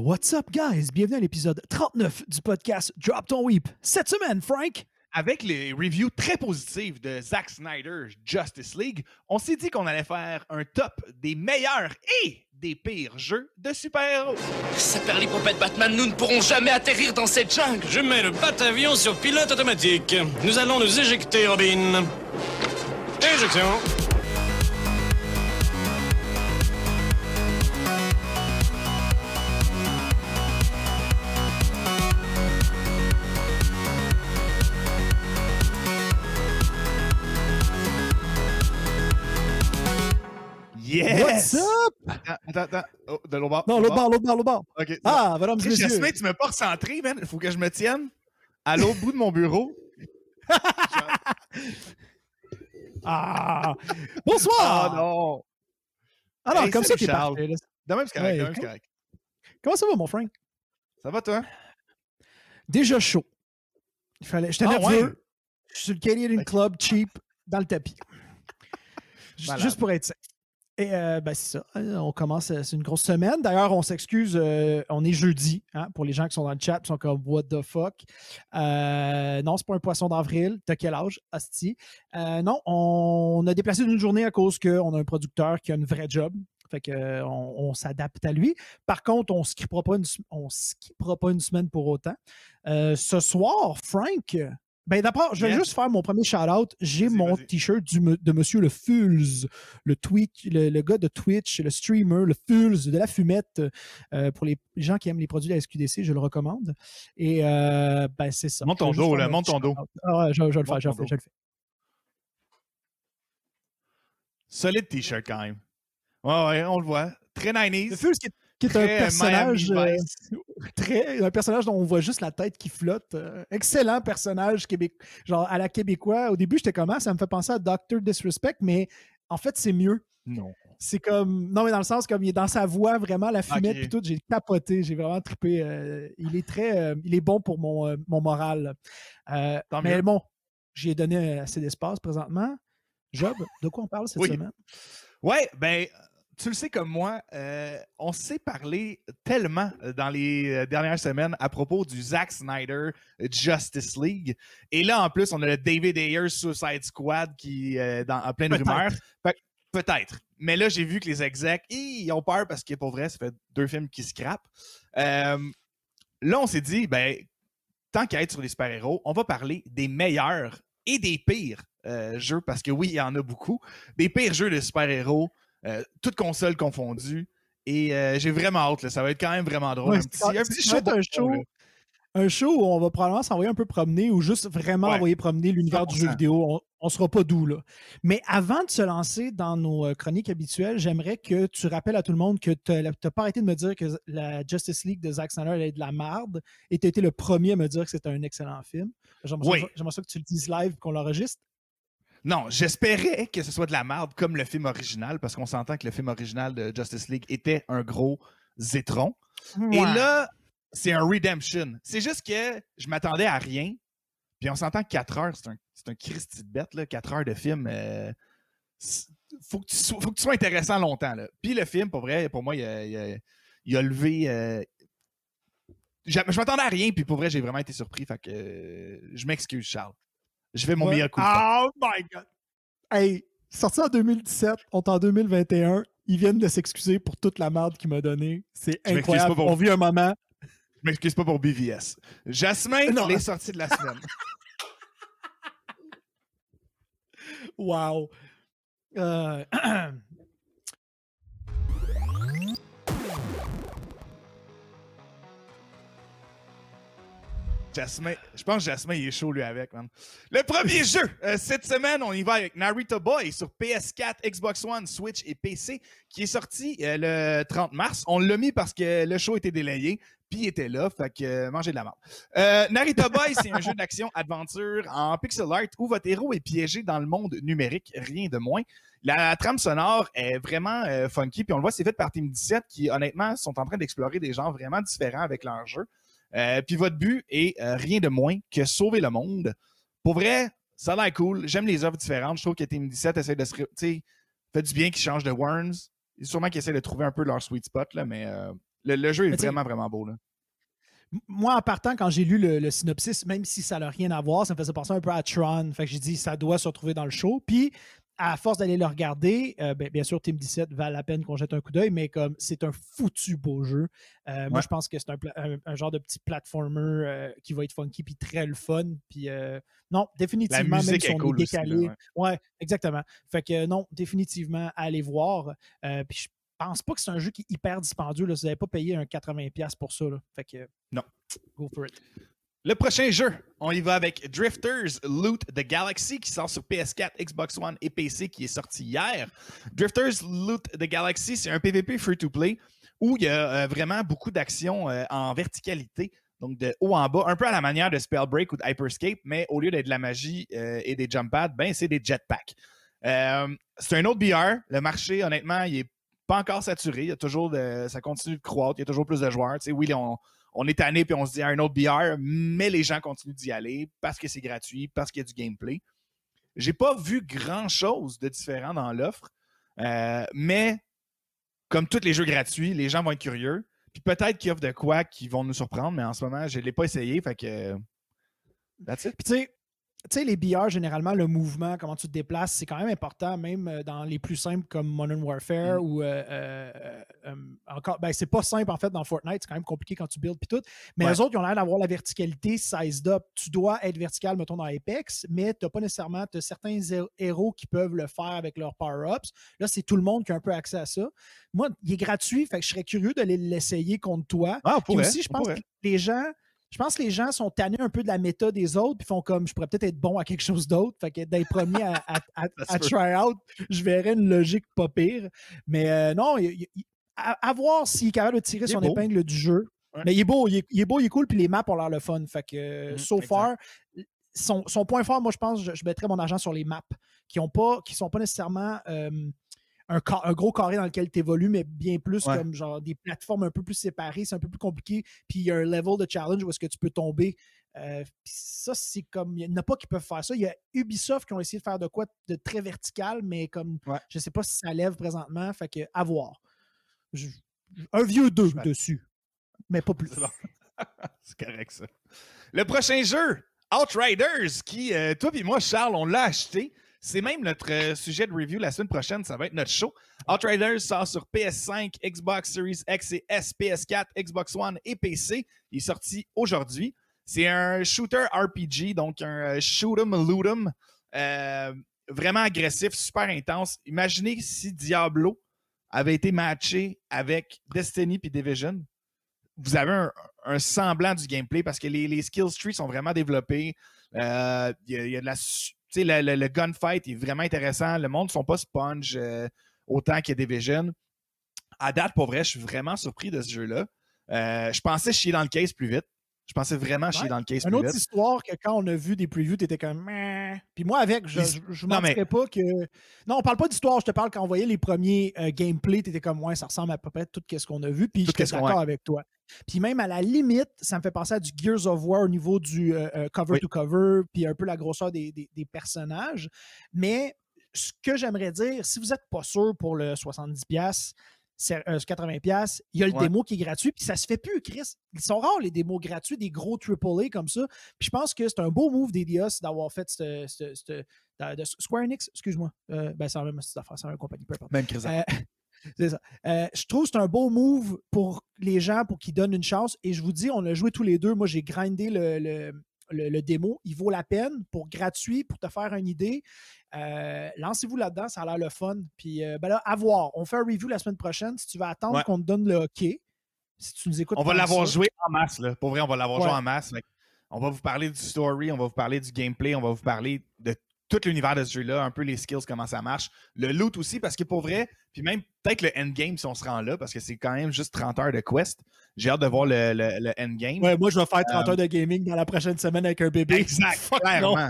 What's up, guys? Bienvenue à l'épisode 39 du podcast Drop Ton Weep. Cette semaine, Frank, avec les reviews très positives de Zack Snyder Justice League, on s'est dit qu'on allait faire un top des meilleurs et des pires jeux de super-héros. Saperlipopette Batman, nous ne pourrons jamais atterrir dans cette jungle. Je mets le bat-avion sur pilote automatique. Nous allons nous éjecter, Robin. Éjection. Yes! what's up? Attends. Oh, de l'autre bord. Non, l'autre bord. OK. Ah, mesdames et messieurs. Jasmin, tu m'as pas recentré, man. Il faut que je me tienne à l'autre bout de mon bureau. Ah! Bonsoir! Ah non! Alors, Hey, comme ça, salut, t'es Charles. parfait. Là. De même, c'est correct. Ouais, de même, c'est correct. Comment ça va, mon Frank? Ça va, toi? Déjà chaud. J'étais Ah, nerveux. ouais. Je suis sur le Canadian Club, cheap, dans le tapis. Malade. Juste pour être safe. Et ben c'est ça. On commence, c'est une grosse semaine. D'ailleurs, on s'excuse, on est jeudi, hein, pour les gens qui sont dans le chat, qui sont comme what the fuck. Non, c'est pas un poisson d'avril. T'as quel âge, asti? Non, on a déplacé d'une journée à cause qu'on a un producteur qui a une vraie job. Fait qu'on s'adapte à lui. Par contre, on ne skippera pas une semaine pour autant. Ce soir, Frank. Ben d'abord, je vais juste faire mon premier shout-out. J'ai mon t-shirt de Monsieur le Fulz, le gars de Twitch, le streamer, le Fulz de la fumette. Pour les gens qui aiment les produits de la SQDC, je le recommande. Et ben c'est ça. Monte ton dos, là, monte ton dos. Ah ouais, je vais le faire, je le fais. Solide t-shirt, quand même. Ouais, on le voit. Très 90s. Le Fulz qui est un personnage un personnage dont on voit juste la tête qui flotte. Excellent personnage genre à la québécois. Au début, j'étais comment? Ça me fait penser à Dr. Disrespect, mais en fait, c'est mieux. Non. C'est comme... Non, mais dans le sens, comme il est dans sa voix, vraiment, la fumette puis tout, j'ai capoté. J'ai vraiment trippé. Il est bon pour mon moral. Mais bon, j'ai donné assez d'espace présentement. Job, de quoi on parle cette semaine? Ouais, ben... Tu le sais comme moi, on s'est parlé tellement dans les dernières semaines à propos du Zack Snyder Justice League. Et là, en plus, on a le David Ayer Suicide Squad qui est en pleine rumeur. Peut-être. Mais là, j'ai vu que les execs, ils ont peur parce que pour vrai, ça fait 2 films qui scrapent. Là, on s'est dit, ben, tant qu'à être sur les super-héros, on va parler des meilleurs et des pires jeux, parce que oui, il y en a beaucoup. Des pires jeux de super-héros. Toutes consoles confondues. Et j'ai vraiment hâte. Là. Ça va être quand même vraiment drôle. Ouais, un petit un show où on va probablement s'envoyer un peu promener ou juste vraiment envoyer promener l'univers 100%. Du jeu vidéo. On sera pas doux, là. Mais avant de se lancer dans nos chroniques habituelles, j'aimerais que tu rappelles à tout le monde que tu n'as pas arrêté de me dire que la Justice League de Zack Snyder allait être de la merde et tu as été le premier à me dire que c'était un excellent film. J'aimerais ça que tu le dises live, qu'on l'enregistre. Non, j'espérais que ce soit de la merde comme le film original, parce qu'on s'entend que le film original de Justice League était un gros zétron. Ouais. Et là, c'est un redemption. C'est juste que je m'attendais à rien. Puis on s'entend que 4 heures, c'est un Christy de bête, là. 4 heures de film. Faut que tu sois intéressant longtemps. Là. Puis le film, pour vrai, pour moi, il a levé... je m'attendais à rien, puis pour vrai, j'ai vraiment été surpris. Fait que je m'excuse, Charles. Je fais mon meilleur coup. Oh my God! Hey, sorti en 2017, on est en 2021. Ils viennent de s'excuser pour toute la merde qu'il m'a donnée. C'est incroyable. On vit un moment. Je m'excuse pas pour BVS. Jasmin, les sorties de la semaine. Wow. Jasmin, je pense que Jasmin il est chaud lui avec, man. Le premier jeu, cette semaine, on y va avec Naruto Boy sur PS4, Xbox One, Switch et PC, qui est sorti le 30 mars. On l'a mis parce que le show était délayé, puis il était là, fait que mangez de la merde. Naruto Boy, c'est un jeu d'action-aventure en pixel art où votre héros est piégé dans le monde numérique, rien de moins. La trame sonore est vraiment funky, puis on le voit, c'est fait par Team 17 qui, honnêtement, sont en train d'explorer des genres vraiment différents avec leur jeu. Puis votre but est rien de moins que sauver le monde. Pour vrai, ça a l'air cool. J'aime les œuvres différentes. Je trouve que Team 17 essaie de se... fait du bien qu'ils changent de Worms. Sûrement qu'ils essaient de trouver un peu leur sweet spot, là, mais Le jeu est vraiment, vraiment beau. Là. Moi, en partant, quand j'ai lu le synopsis, même si ça n'a rien à voir, ça me faisait penser un peu à Tron. Fait que j'ai dit, ça doit se retrouver dans le show. Puis, à force d'aller le regarder, bien sûr, Team 17 valent la peine qu'on jette un coup d'œil, mais comme c'est un foutu beau jeu. Moi, je pense que c'est un genre de petit platformer qui va être funky puis très le fun. Puis, non, définitivement, la musique même si on est décalé. Aussi, là, ouais, exactement. Fait que non, définitivement, allez voir. Puis, je pense pas que c'est un jeu qui est hyper dispendieux. Là. Vous n'avez pas payé un 80$ pour ça. Là. Fait que, non. Go for it. Le prochain jeu, on y va avec Drifters Loot the Galaxy qui sort sur PS4, Xbox One et PC qui est sorti hier. Drifters Loot the Galaxy, c'est un PvP free-to-play où il y a vraiment beaucoup d'actions en verticalité, donc de haut en bas, un peu à la manière de Spellbreak ou de Hyperscape, mais au lieu d'être de la magie et des jump pads, ben c'est des jetpacks. C'est un autre BR. Le marché, honnêtement, il est pas encore saturé. Il y a toujours ça continue de croître. Il y a toujours plus de joueurs. Tu sais, oui, on est tanné puis on se dit un autre BR, mais les gens continuent d'y aller parce que c'est gratuit, parce qu'il y a du gameplay. J'ai pas vu grand-chose de différent dans l'offre, mais comme tous les jeux gratuits, les gens vont être curieux. Puis peut-être qu'ils offrent de quoi qui vont nous surprendre, mais en ce moment, je ne l'ai pas essayé, fait que that's it. Puis tu sais, les BR, généralement, le mouvement, comment tu te déplaces, c'est quand même important, même dans les plus simples comme Modern Warfare ou encore, ben c'est pas simple en fait dans Fortnite, c'est quand même compliqué quand tu builds puis tout. Mais eux autres, ils ont l'air d'avoir la verticalité sized up. Tu dois être vertical, mettons, dans Apex, mais tu n'as pas nécessairement, tu as certains héros qui peuvent le faire avec leurs power-ups. Là, c'est tout le monde qui a un peu accès à ça. Moi, il est gratuit, fait que je serais curieux d'aller l'essayer contre toi. Ah, puis aussi, je pense que les gens sont tannés un peu de la méta des autres, puis font comme je pourrais peut-être être bon à quelque chose d'autre. Fait que d'être premier à try out, je verrais une logique pas pire. Mais non, à voir s'il est capable de tirer son épingle du jeu. Ouais. Mais il est beau, il est cool, puis les maps ont l'air le fun. Fait que so far, son point fort, moi je pense, je mettrais mon argent sur les maps qui sont pas nécessairement un gros carré dans lequel tu évolues, mais bien plus comme genre des plateformes un peu plus séparées, c'est un peu plus compliqué, puis il y a un level de challenge où est-ce que tu peux tomber. Ça, c'est comme, il n'y en a pas qui peuvent faire ça. Il y a Ubisoft qui ont essayé de faire de quoi de très vertical, mais comme, je sais pas si ça lève présentement, fait que à voir. Un vieux 2 dessus, mais pas plus. C'est bon. C'est correct, ça. Le prochain jeu, Outriders, qui, toi et moi, Charles, on l'a acheté. C'est même notre sujet de review la semaine prochaine. Ça va être notre show. Outriders sort sur PS5, Xbox Series X et S, PS4, Xbox One et PC. Il est sorti aujourd'hui. C'est un shooter RPG, donc un shoot 'em loot 'em. Vraiment agressif, super intense. Imaginez si Diablo avait été matché avec Destiny puis Division. Vous avez un semblant du gameplay parce que les skill trees sont vraiment développés. Il y a de la... Tu sais, le gunfight est vraiment intéressant. Le monde ne sont pas sponge autant qu'il y a Division. À date, pour vrai, je suis vraiment surpris de ce jeu-là. Je pensais chier dans le case plus vite. Je pensais vraiment chier dans le case plus vite. Une autre histoire que quand on a vu des previews, tu étais comme... Puis moi, avec, je ne mentirais pas que... Non, on parle pas d'histoire. Je te parle quand on voyait les premiers gameplays, tu étais comme, ouais, ça ressemble à peu près à tout ce qu'on a vu. Puis j'étais d'accord avec toi. Puis même à la limite, ça me fait penser à du Gears of War au niveau du cover-to-cover, puis un peu la grosseur des personnages. Mais ce que j'aimerais dire, si vous n'êtes pas sûr pour le 70$, 80$, il y a le démo qui est gratuit, puis ça se fait plus, Chris. Ils sont rares, les démos gratuits, des gros AAA comme ça. Puis je pense que c'est un beau move d'Eidos d'avoir fait de Square Enix, excuse-moi. C'est la même affaire, c'est la même compagnie, peu importe. Même Chris. C'est ça. Je trouve que c'est un beau move pour les gens, pour qu'ils donnent une chance. Et je vous dis, on l'a joué tous les deux. Moi, j'ai grindé le démo. Il vaut la peine pour gratuit, pour te faire une idée. Lancez-vous là-dedans, ça a l'air le fun. Puis là, à voir. On fait un review la semaine prochaine. Si tu vas attendre qu'on te donne le OK, si tu nous écoutes. On va l'avoir joué en masse, là. Pour vrai, on va l'avoir joué en masse. On va vous parler du story, on va vous parler du gameplay, on va vous parler de tout l'univers de ce jeu-là, un peu les skills, comment ça marche. Le loot aussi, parce que pour vrai, puis même peut-être le endgame si on se rend là, parce que c'est quand même juste 30 heures de quest. J'ai hâte de voir le endgame. Ouais, moi, je vais faire 30 heures de gaming dans la prochaine semaine avec un bébé. Exact, clairement.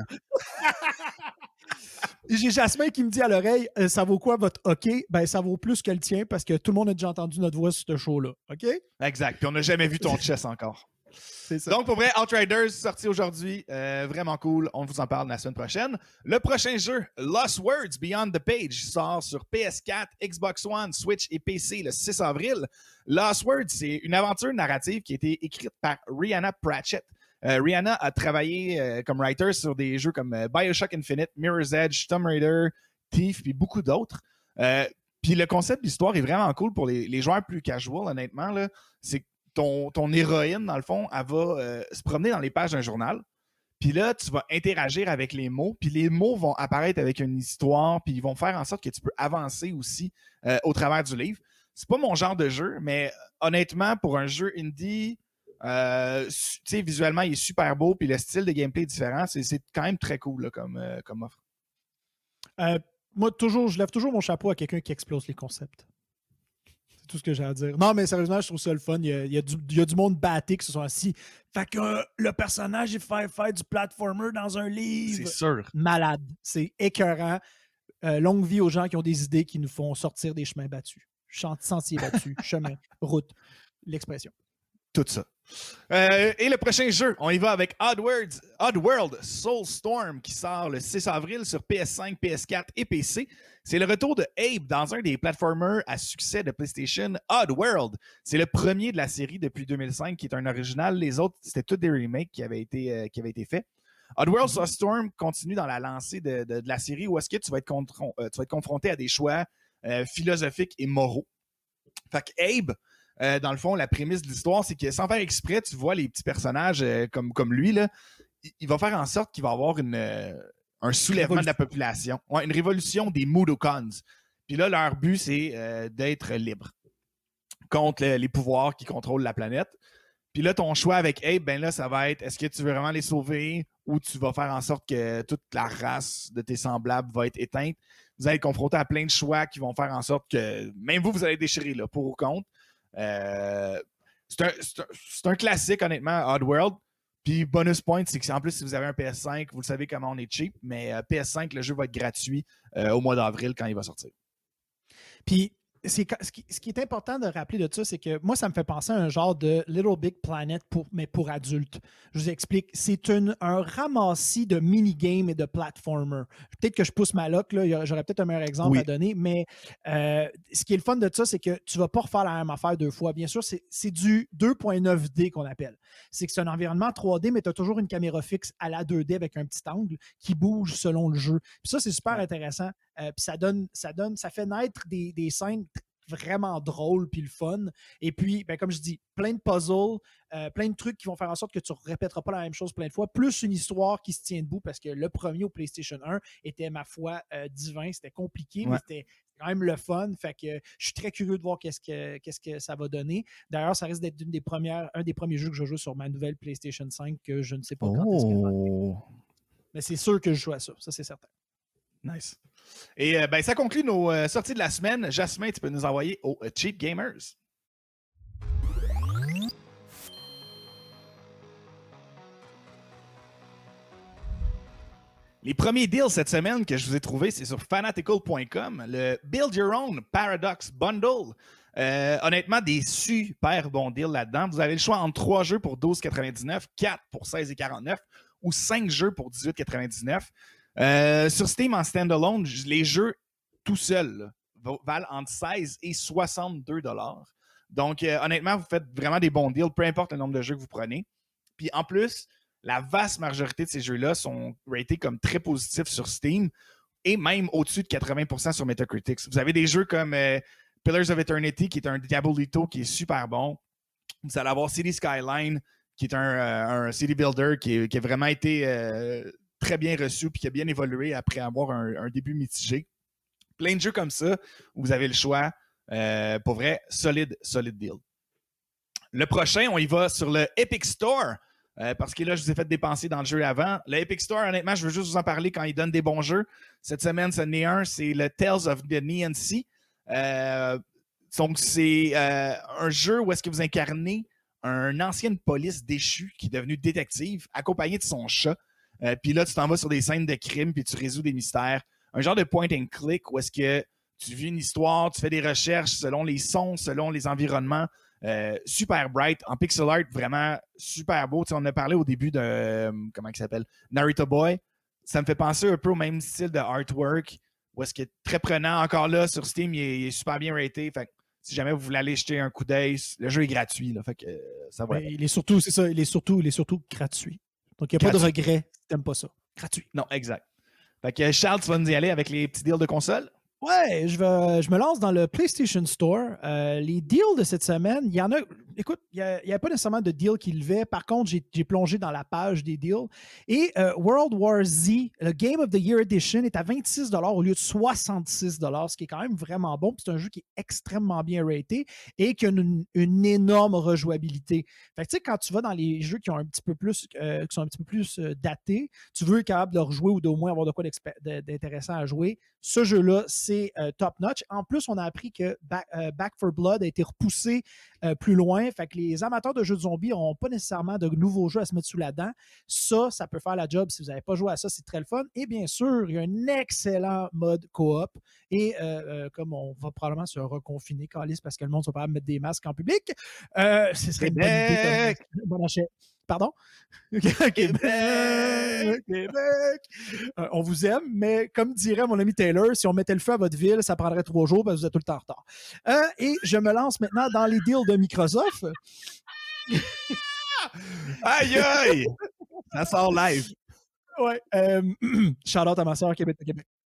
J'ai Jasmin qui me dit à l'oreille, ça vaut quoi votre OK? Ben, ça vaut plus que le tien parce que tout le monde a déjà entendu notre voix sur ce show-là. OK? Exact. Puis on n'a jamais vu ton chest encore. C'est ça. Donc, pour vrai, Outriders, sorti aujourd'hui. Vraiment cool. On vous en parle la semaine prochaine. Le prochain jeu, Lost Words Beyond the Page, sort sur PS4, Xbox One, Switch et PC le 6 avril. Lost Words, c'est une aventure narrative qui a été écrite par Rhianna Pratchett. Rhianna a travaillé comme writer sur des jeux comme BioShock Infinite, Mirror's Edge, Tomb Raider, Thief, puis beaucoup d'autres. Puis le concept de l'histoire est vraiment cool pour les joueurs plus casual, honnêtement. Là. C'est que ton héroïne, dans le fond, elle va se promener dans les pages d'un journal. Puis là, tu vas interagir avec les mots. Puis les mots vont apparaître avec une histoire. Puis ils vont faire en sorte que tu peux avancer aussi au travers du livre. C'est pas mon genre de jeu, mais honnêtement, pour un jeu indie, visuellement, il est super beau. Puis le style de gameplay est différent. C'est quand même très cool là, comme offre. Moi, je lève toujours mon chapeau à quelqu'un qui explose les concepts. C'est tout ce que j'ai à dire. Non, mais sérieusement, je trouve ça le fun. Il y a du monde batté qui se sont assis. Fait que le personnage, il fait faire du platformer dans un livre. C'est sûr. Malade. C'est écœurant. Longue vie aux gens qui ont des idées qui nous font sortir des chemins battus. Sentiers battus, chemin, route, l'expression. Tout ça. Et le prochain jeu, on y va avec Oddworld Soulstorm qui sort le 6 avril sur PS5, PS4 et PC. C'est le retour de Abe dans un des platformers à succès de PlayStation, Oddworld. C'est le premier de la série depuis 2005 qui est un original. Les autres, c'était tous des remakes qui avaient été faits. Oddworld Soulstorm continue dans la lancée de la série où est-ce que tu vas être confronté à des choix philosophiques et moraux. Fait que Abe, dans le fond, la prémisse de l'histoire, c'est que sans faire exprès, tu vois les petits personnages comme lui, là, il va faire en sorte qu'il va avoir un soulèvement de la population. Ouais, une révolution des Mudokons. Puis là, leur but, c'est d'être libre contre les pouvoirs qui contrôlent la planète. Puis là, ton choix avec Abe, ben là, ça va être est-ce que tu veux vraiment les sauver ou tu vas faire en sorte que toute la race de tes semblables va être éteinte. Vous allez être confronté à plein de choix qui vont faire en sorte que même vous allez déchirer là, pour ou contre. C'est un classique, honnêtement, Oddworld. Puis, bonus point, c'est que en plus, si vous avez un PS5, vous le savez comment on est cheap, mais PS5, le jeu va être gratuit au mois d'avril quand il va sortir. Puis, ce qui est important de rappeler de ça, c'est que moi, ça me fait penser à un genre de Little Big Planet, mais pour adultes. Je vous explique. C'est un ramassis de mini-games et de platformers. Peut-être que je pousse ma loc, là, j'aurais peut-être un meilleur exemple à donner, mais ce qui est le fun de ça, c'est que tu ne vas pas refaire la même affaire deux fois. Bien sûr, c'est du 2.9D qu'on appelle. C'est que c'est un environnement 3D, mais tu as toujours une caméra fixe à la 2D avec un petit angle qui bouge selon le jeu. Puis ça, c'est super intéressant. Puis ça fait naître des scènes vraiment drôles puis le fun. Et puis, ben, comme je dis, plein de puzzles, plein de trucs qui vont faire en sorte que tu ne répéteras pas la même chose plein de fois, plus une histoire qui se tient debout parce que le premier au PlayStation 1 était, ma foi, divin. C'était compliqué, mais c'était quand même le fun. Fait que je suis très curieux de voir qu'est-ce que ça va donner. D'ailleurs, ça risque d'être un des premiers jeux que je joue sur ma nouvelle PlayStation 5 que je ne sais pas quand est-ce qu'elle va arriver. Mais c'est sûr que je joue à ça c'est certain. Nice. Et ça conclut nos sorties de la semaine. Jasmin, tu peux nous envoyer aux Cheap Gamers. Les premiers deals cette semaine que je vous ai trouvés, c'est sur fanatical.com, le Build Your Own Paradox Bundle. Honnêtement, des super bons deals là-dedans. Vous avez le choix entre 3 jeux pour 12,99, 4 pour 16,49 ou 5 jeux pour 18,99. Sur Steam en standalone, les jeux tout seuls valent entre 16 et 62 $. Donc, honnêtement, vous faites vraiment des bons deals, peu importe le nombre de jeux que vous prenez. Puis en plus, la vaste majorité de ces jeux-là sont ratés comme très positifs sur Steam et même au-dessus de 80% sur Metacritic. Vous avez des jeux comme Pillars of Eternity, qui est un Diabolito qui est super bon. Vous allez avoir City Skyline, qui est un city builder qui a vraiment été très bien reçu et qui a bien évolué après avoir un début mitigé. Plein de jeux comme ça où vous avez le choix. Pour vrai, solide deal. Le prochain, on y va sur le Epic Store. Parce que là, je vous ai fait dépenser dans le jeu avant. Le Epic Store, honnêtement, je veux juste vous en parler quand il donne des bons jeux. Cette semaine, c'en est un, c'est le Tales of the Neon Sea. Donc, c'est un jeu où est-ce que vous incarnez une ancienne police déchue qui est devenue détective, accompagnée de son chat. Puis là, tu t'en vas sur des scènes de crime puis tu résous des mystères. Un genre de point and click où est-ce que tu vis une histoire, tu fais des recherches selon les sons, selon les environnements. Super bright, en pixel art, vraiment super beau. T'sais, on a parlé au début de, comment il s'appelle, Naruto Boy. Ça me fait penser un peu au même style de artwork, où est-ce qu'il est très prenant. Encore là, sur Steam, il est super bien raté. Fait que si jamais vous voulez aller jeter un coup d'œil, le jeu est gratuit. Là, fait que ça va. Il est surtout, c'est ça, il est surtout gratuit. Donc, il n'y a pas de regret si tu n'aimes pas ça. Gratuit. Non, exact. Fait que Charles, tu vas nous y aller avec les petits deals de console? Ouais, je me lance dans le PlayStation Store. Les deals de cette semaine, il y en a. Écoute, il n'y avait pas nécessairement de deal qui levait. Par contre, j'ai plongé dans la page des deals. Et World War Z, le Game of the Year Edition, est à 26$ au lieu de 66$, ce qui est quand même vraiment bon. C'est un jeu qui est extrêmement bien raté et qui a une énorme rejouabilité. Fait que tu sais, quand tu vas dans les jeux qui ont un petit peu plus, qui sont un petit peu plus datés, tu veux être capable de rejouer ou d'au moins avoir de quoi d'intéressant à jouer. Ce jeu-là, c'est top-notch. En plus, on a appris que Back 4 Blood a été repoussé plus loin. Fait que les amateurs de jeux de zombies n'auront pas nécessairement de nouveaux jeux à se mettre sous la dent. Ça peut faire la job. Si vous n'avez pas joué à ça, c'est très le fun. Et bien sûr, il y a un excellent mode coop. Et comme on va probablement se reconfiner, Calice, parce que le monde ne va pas mettre des masques en public, ce serait une bonne idée. Bon achat. Pardon? Québec! On vous aime, mais comme dirait mon ami Taylor, si on mettait le feu à votre ville, ça prendrait 3 jours parce que vous êtes tout le temps en retard. Et je me lance maintenant dans les deals de Microsoft. Aïe aïe! Ça sort live. Ouais. Shout-out à ma soeur Québec.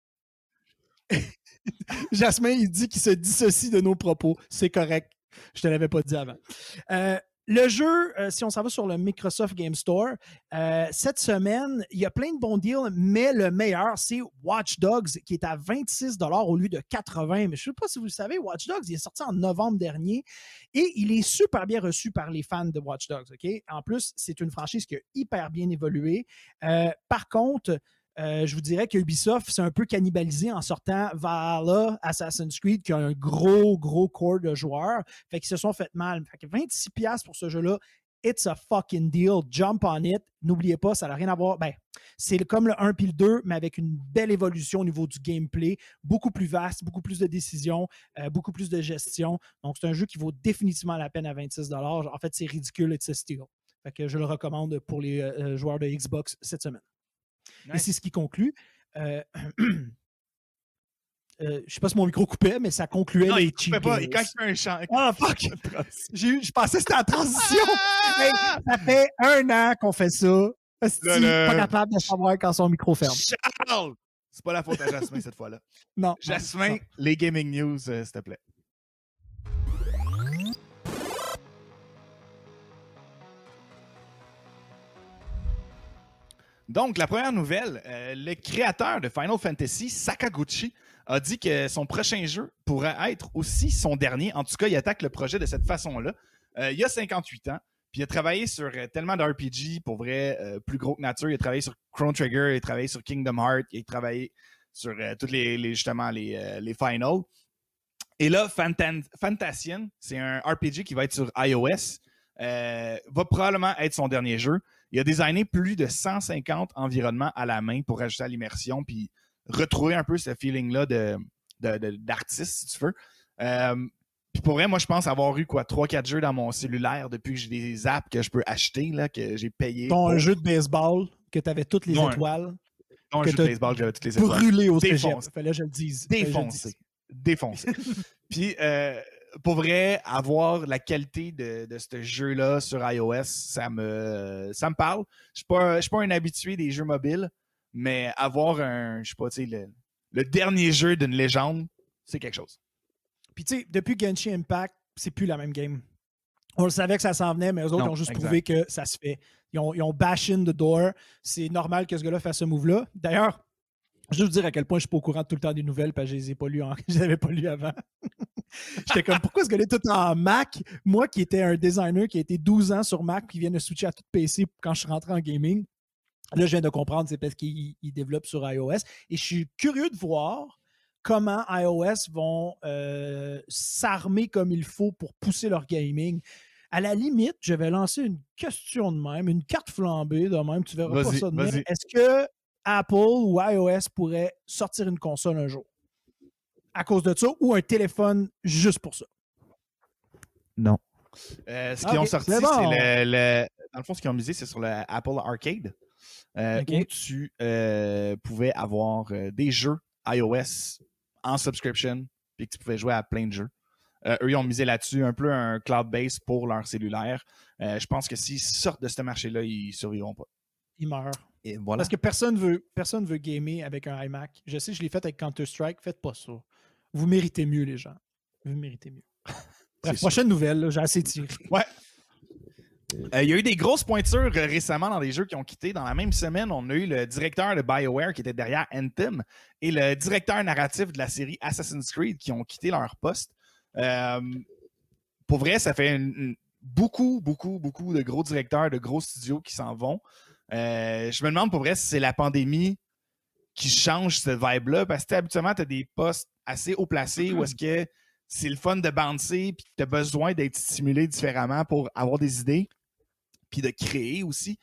Jasmin, il dit qu'il se dissocie de nos propos. C'est correct. Je te l'avais pas dit avant. Le jeu, si on s'en va sur le Microsoft Game Store, cette semaine, il y a plein de bons deals, mais le meilleur, c'est Watch Dogs, qui est à 26$ au lieu de 80$. Mais je ne sais pas si vous le savez, Watch Dogs, il est sorti en novembre dernier et il est super bien reçu par les fans de Watch Dogs. Okay? En plus, c'est une franchise qui a hyper bien évolué. Par contre, je vous dirais que Ubisoft s'est un peu cannibalisé en sortant Valhalla, Assassin's Creed, qui a un gros corps de joueurs. Fait qu'ils se sont fait mal. Fait que 26$ pour ce jeu-là, it's a fucking deal. Jump on it. N'oubliez pas, ça n'a rien à voir. Ben, c'est comme le 1 puis le 2, mais avec une belle évolution au niveau du gameplay. Beaucoup plus vaste, beaucoup plus de décisions, beaucoup plus de gestion. Donc, c'est un jeu qui vaut définitivement la peine à 26$. En fait, c'est ridicule, it's a steal. Fait que je le recommande pour les joueurs de Xbox cette semaine. Nice. Et c'est ce qui conclut. Je ne sais pas si mon micro coupait, mais ça concluait les cheat games. Pas. Quand il fait un chant. Ah, fuck! Je pensais que c'était en transition. Hey, ça fait 1 an qu'on fait ça. Pas capable de savoir quand son micro ferme. Charles! C'est pas la faute à Jasmin cette fois-là. Non. Jasmin, non. Les gaming news, s'il te plaît. Donc, la première nouvelle, le créateur de Final Fantasy, Sakaguchi, a dit que son prochain jeu pourrait être aussi son dernier. En tout cas, il attaque le projet de cette façon-là. Il a 58 ans, puis il a travaillé sur tellement d'RPG, pour vrai, plus gros que nature. Il a travaillé sur Chrono Trigger, il a travaillé sur Kingdom Hearts, il a travaillé sur toutes les Final. Et là, Fantasian, c'est un RPG qui va être sur iOS, va probablement être son dernier jeu. Il a designé plus de 150 environnements à la main pour ajouter à l'immersion puis retrouver un peu ce feeling-là d'artiste, si tu veux. Puis pour vrai, moi, je pense avoir eu 3-4 jeux dans mon cellulaire depuis que j'ai des apps que je peux acheter, là, que j'ai payé. Ton un jeu de baseball, que tu avais toutes les étoiles. Non, un jeu de baseball, j'avais toutes les étoiles. Brûlé au cégep. Fallait que je le dise. Défoncé. Puis, pour vrai, avoir la qualité de ce jeu-là sur iOS, ça me parle. Je suis pas un habitué des jeux mobiles, mais avoir le dernier jeu d'une légende, c'est quelque chose. Puis tu sais, depuis Genshin Impact, c'est plus la même game. On le savait que ça s'en venait, mais eux autres ont juste prouvé que ça se fait. Ils ont bash in the door. C'est normal que ce gars-là fasse ce move-là. D'ailleurs, je vais vous dire à quel point je suis pas au courant de tout le temps des nouvelles parce que je les ai pas lues je les avais pas lues avant. J'étais comme, pourquoi ce gars-là est tout en Mac? Moi qui étais un designer qui a été 12 ans sur Mac puis vient de switcher à tout PC quand je suis rentré en gaming. Là, je viens de comprendre, c'est parce qu'il développe sur iOS. Et je suis curieux de voir comment iOS vont s'armer comme il faut pour pousser leur gaming. À la limite, je vais lancer une question de même, une carte flambée de même, tu verras pas ça de même. Est-ce que Apple ou iOS pourrait sortir une console un jour à cause de ça ou un téléphone juste pour ça? Non. Ce qu'ils ont sorti, c'est bon. c'est dans le fond, ce qu'ils ont misé, c'est sur le Apple Arcade, où tu pouvais avoir des jeux iOS en subscription, puis que tu pouvais jouer à plein de jeux. Eux, ils ont misé là-dessus, un peu un cloud-base pour leur cellulaire. Je pense que s'ils sortent de ce marché-là, ils ne survivront pas. Ils meurent. Et voilà. Parce que personne veut gamer avec un iMac. Je sais, je l'ai fait avec Counter-Strike. Faites pas ça. Vous méritez mieux, les gens. Vous méritez mieux. Bref, prochaine nouvelle, là, j'ai assez tiré. Ouais. Il y a eu des grosses pointures récemment dans des jeux qui ont quitté. Dans la même semaine, on a eu le directeur de BioWare qui était derrière Anthem et le directeur narratif de la série Assassin's Creed qui ont quitté leur poste. Pour vrai, ça fait beaucoup de gros directeurs, de gros studios qui s'en vont. Je me demande pour vrai si c'est la pandémie qui change cette vibe-là, parce que habituellement, tu as des postes assez haut placés où est-ce que c'est le fun de bouncer puis tu as besoin d'être stimulé différemment pour avoir des idées puis de créer aussi.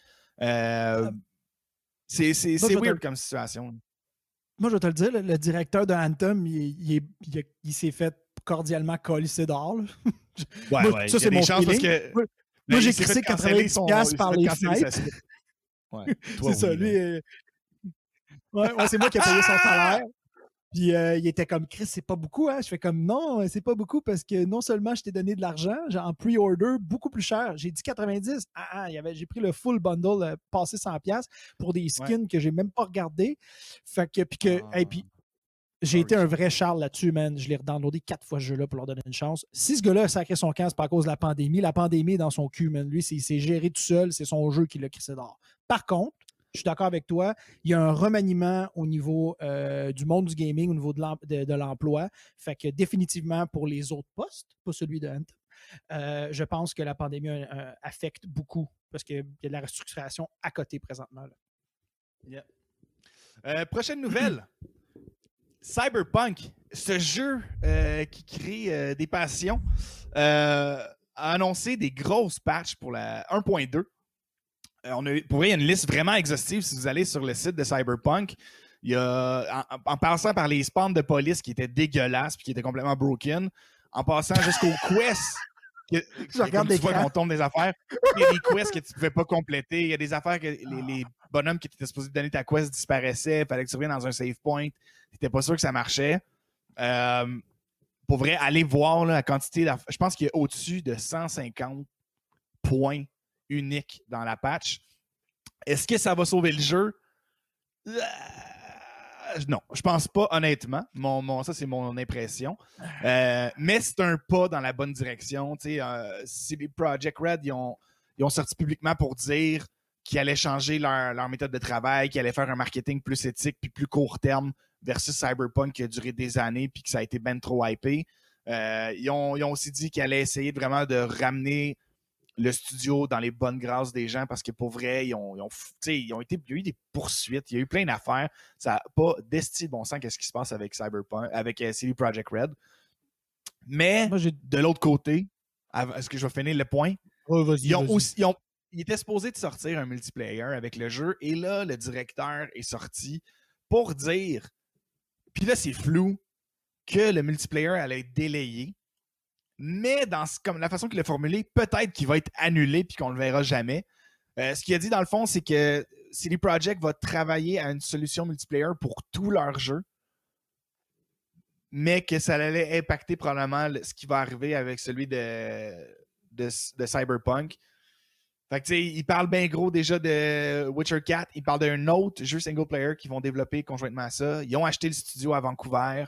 C'est weird comme situation. Moi, je vais te le dire, le directeur de Anthem, il s'est fait cordialement colisser dehors. Ouais, ça, c'est mon chances parce feeling. que moi j'ai crissé 90$ par les fenêtres. Ouais, c'est ça, lui. Ouais, c'est moi qui ai payé son salaire. Puis il était comme, Chris, c'est pas beaucoup, hein? Je fais comme, non, c'est pas beaucoup parce que non seulement je t'ai donné de l'argent, genre en pre-order, beaucoup plus cher. J'ai dit 90. J'ai pris le full bundle, passé 100$ pour des skins que j'ai même pas regardés. Fait que, puis j'ai été un vrai Charles là-dessus, man. Je l'ai redownloadé 4 fois ce jeu-là pour leur donner une chance. Si ce gars-là a sacré son camp, c'est pas à cause de la pandémie est dans son cul, man. Lui, il s'est géré tout seul. C'est son jeu qui l'a crissé dehors. Par contre, je suis d'accord avec toi, il y a un remaniement au niveau du monde du gaming, au niveau de l'emploi. Fait que définitivement, pour les autres postes, pas celui de Anthem, je pense que la pandémie affecte beaucoup parce qu'il y a de la restructuration à côté présentement. Yeah. Prochaine nouvelle. Cyberpunk, ce jeu qui crée des passions, a annoncé des grosses patchs pour la 1.2. Pour vrai, il y a une liste vraiment exhaustive si vous allez sur le site de Cyberpunk. Il y a, en passant par les spawns de police qui étaient dégueulasses et qui étaient complètement broken, en passant jusqu'aux quests. Je regarde tu vois qu'on tombe des affaires. Il y a des quests que tu ne pouvais pas compléter. Il y a des affaires que les bonhommes qui étaient supposés te donner ta quest disparaissaient. Il fallait que tu reviennes dans un save point. Tu n'étais pas sûr que ça marchait. Pour vrai, allez voir là, la quantité. Je pense qu'il y a au-dessus de 150 points uniques dans la patch. Est-ce que ça va sauver le jeu? Non, je pense pas, honnêtement. Ça, c'est mon impression. Mais c'est un pas dans la bonne direction. CD Projekt Red, ils ont sorti publiquement pour dire qu'ils allaient changer leur méthode de travail, qu'ils allaient faire un marketing plus éthique puis plus court terme versus Cyberpunk qui a duré des années puis que ça a été ben trop hypé. Ils ont aussi dit qu'ils allaient essayer vraiment de ramener le studio dans les bonnes grâces des gens parce que pour vrai, il y a eu des poursuites, il y a eu plein d'affaires. Ça n'a pas d'esti de bon sens qu'est-ce qui se passe avec Cyberpunk, avec CD Projekt Red. Mais de l'autre côté, est-ce que je vais finir le point? Ils étaient supposés de sortir un multiplayer avec le jeu et là, le directeur est sorti pour dire, puis là, c'est flou, que le multiplayer allait être délayé. Mais comme la façon qu'il l'a formulé, peut-être qu'il va être annulé puis qu'on ne le verra jamais. Ce qu'il a dit dans le fond, c'est que CD Projekt va travailler à une solution multiplayer pour tous leurs jeux, mais que ça allait impacter probablement ce qui va arriver avec celui de Cyberpunk. Fait que, il parle bien gros déjà de Witcher 4. Il parle d'un autre jeu single player qu'ils vont développer conjointement à ça. Ils ont acheté le studio à Vancouver.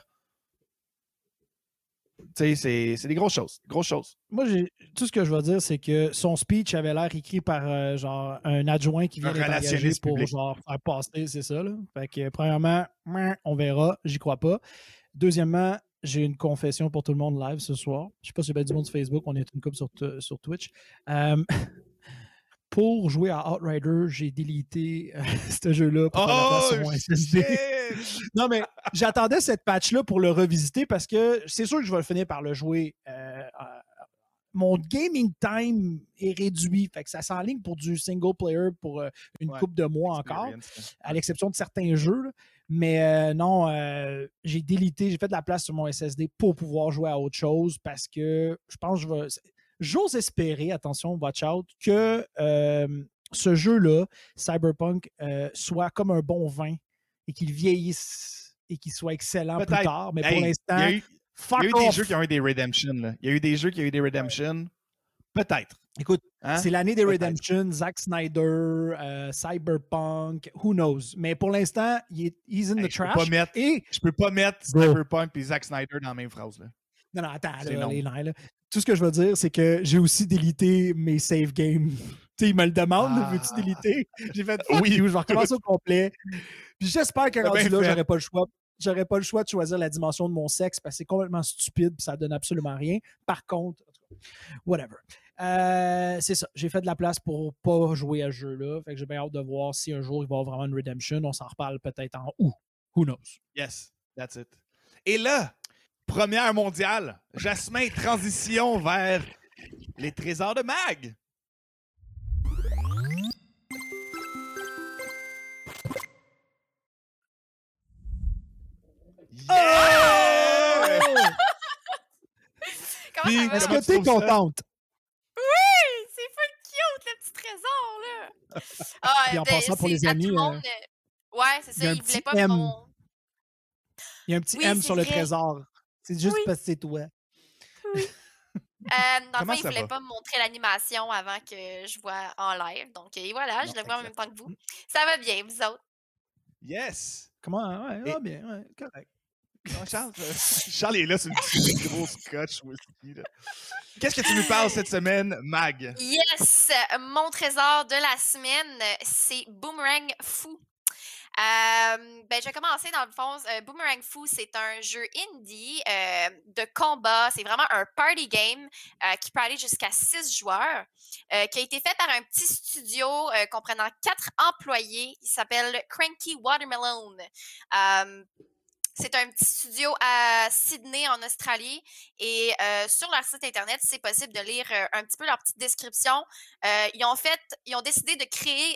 C'est des grosses choses. Moi, tout ce que je veux dire, c'est que son speech avait l'air écrit par genre un adjoint qui vient d'être engagé pour genre faire passer, c'est ça. Là. Fait que premièrement, on verra, j'y crois pas. Deuxièmement, j'ai une confession pour tout le monde live ce soir. Je sais pas si il y a du monde sur Facebook, on est une couple sur Twitch. Pour jouer à Outrider, j'ai délité ce jeu-là pour faire la place sur mon SSD. Non, mais j'attendais cette patch-là pour le revisiter parce que c'est sûr que je vais finir par le jouer. Mon gaming time est réduit. Fait que ça s'enligne pour du single player pour une couple de mois encore, à l'exception de certains jeux. Là. Mais non, j'ai délité, j'ai fait de la place sur mon SSD pour pouvoir jouer à autre chose parce que je pense que j'ose espérer, attention, watch out, que ce jeu-là, Cyberpunk, soit comme un bon vin et qu'il vieillisse et qu'il soit excellent plus tard. Mais pour l'instant, il y a eu des jeux qui ont eu des redemptions. Là. Il y a eu des jeux qui ont eu des redemptions. Peut-être. Écoute, hein? C'est l'année des redemptions, Zack Snyder, Cyberpunk, who knows. Mais pour l'instant, he's in the trash. Je peux pas mettre Cyberpunk et Zack Snyder dans la même phrase. Là. Non, attends, les nerfs, là. Tout ce que je veux dire, c'est que j'ai aussi délité mes save games. Tu sais, il me le demande, veux-tu déliter? J'ai fait oui, je vais recommencer au complet. Puis j'espère que rendu là, j'aurais pas le choix. J'aurais pas le choix de choisir la dimension de mon sexe parce que c'est complètement stupide et ça donne absolument rien. Par contre, whatever. C'est ça. J'ai fait de la place pour pas jouer à ce jeu-là. Fait que j'ai bien hâte de voir si un jour il va y avoir vraiment une redemption. On s'en reparle peut-être en août. Who knows? Yes, that's it. Et là, première mondiale, Jasmin, transition vers les trésors de Mag. Yeah! Comment Est-ce que t'es contente? Oui! C'est full cute, le petit trésor, là! Puis en passant pour les amis... Ouais, c'est ça, il voulait pas mon... Il y a un petit M sur le trésor. C'est juste parce que c'est toi. Oui. Dans le fond, il ne voulait pas me montrer l'animation avant que je vois en live. Donc, et voilà, je le vois en même temps que vous. Ça va bien, vous autres? Yes! Comment? Ouais, bien, ouais, correct. Charles est là sur une grosse scotch whisky. Qu'est-ce que tu nous parles cette semaine, Mag? Yes! Mon trésor de la semaine, c'est Boomerang Foo. Je vais commencer dans le fond. Boomerang Foo, c'est un jeu indie de combat. C'est vraiment un party game qui peut aller jusqu'à 6 joueurs, qui a été fait par un petit studio comprenant 4 employés. Il s'appelle Cranky Watermelon. C'est un petit studio à Sydney, en Australie. Et sur leur site Internet, c'est possible de lire un petit peu leur petite description. Ils ont décidé de créer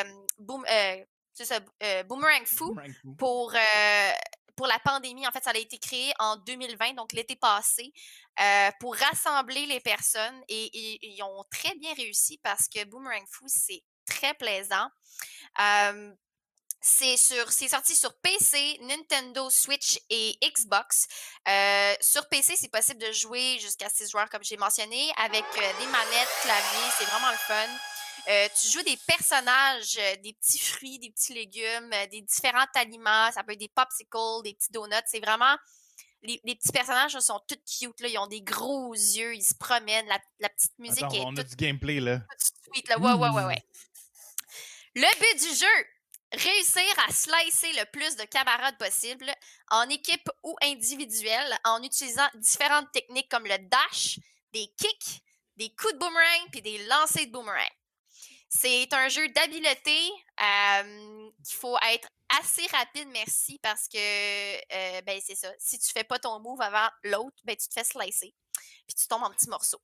Boomerang Foo pour la pandémie. En fait, ça a été créé en 2020, donc l'été passé, pour rassembler les personnes. Et ils ont très bien réussi parce que Boomerang Foo, c'est très plaisant. C'est sorti sur PC, Nintendo Switch et Xbox. Sur PC, c'est possible de jouer jusqu'à 6 joueurs, comme j'ai mentionné, avec des manettes, clavier. C'est vraiment le fun. Tu joues des personnages, des petits fruits, des petits légumes, des différents aliments. Ça peut être des popsicles, des petits donuts. C'est vraiment... Les petits personnages là, sont tous cute. Là. Ils ont des gros yeux, ils se promènent. La petite musique est on a du gameplay, là. Toute sweet, là. Ouais. Le but du jeu... Réussir à slicer le plus de camarades possible en équipe ou individuelle en utilisant différentes techniques comme le dash, des kicks, des coups de boomerang puis des lancers de boomerang. C'est un jeu d'habileté qu'il faut être assez rapide, merci, parce que c'est ça. Si tu fais pas ton move avant l'autre, tu te fais slicer puis tu tombes en petits morceaux.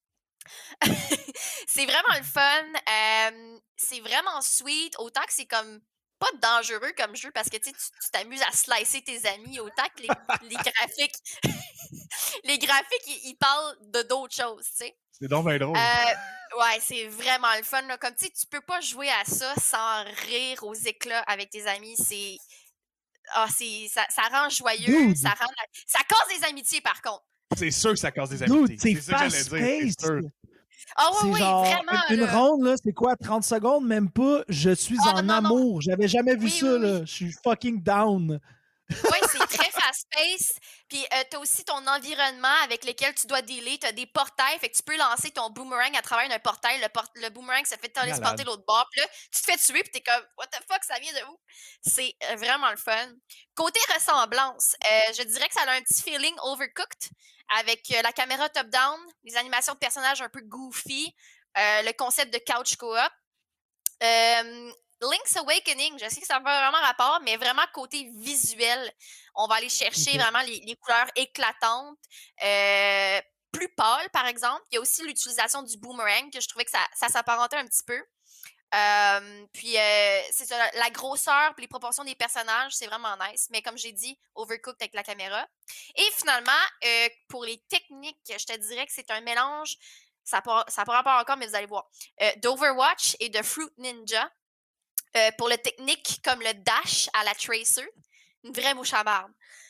C'est vraiment le fun. C'est vraiment sweet. Autant que c'est comme pas dangereux comme jeu parce que tu t'amuses à slicer tes amis. Autant que les graphiques les graphiques, ils parlent de d'autres choses, tu sais. C'est donc bien drôle. Ouais, c'est vraiment le fun. Là. Comme tu sais, tu peux pas jouer à ça sans rire aux éclats avec tes amis. Ça rend joyeux. Dude. Ça casse des amitiés, par contre. C'est sûr que ça casse des amitiés. Dude, c'est ça que j'allais dire. C'est sûr. Ah oui, c'est genre, vraiment. Une ronde, là, c'est quoi, 30 secondes? Même pas. Je suis en amour. J'avais jamais vu ça, là. Je suis fucking down. Oui, c'est très fast-paced. Puis, tu as aussi ton environnement avec lequel tu dois dealer. Tu as des portails. Fait que tu peux lancer ton boomerang à travers un portail. Le boomerang, ça fait téléporter l'autre bord. Puis là, tu te fais tuer. Puis tu es comme, what the fuck, ça vient de où? C'est vraiment le fun. Côté ressemblance, je dirais que ça a un petit feeling overcooked avec la caméra top-down, les animations de personnages un peu goofy, le concept de couch co-op. Link's Awakening, je sais que ça n'a pas vraiment rapport, mais vraiment côté visuel, on va aller chercher vraiment les couleurs éclatantes, plus pâles, par exemple. Il y a aussi l'utilisation du boomerang, que je trouvais que ça s'apparentait un petit peu. C'est ça, la grosseur et les proportions des personnages, c'est vraiment nice. Mais comme j'ai dit, overcooked avec la caméra. Et finalement, pour les techniques, je te dirais que c'est un mélange ça n'a pas rapport encore, mais vous allez voir. D'Overwatch et de Fruit Ninja. Pour le technique comme le dash à la Tracer, une vraie mouche à barbe.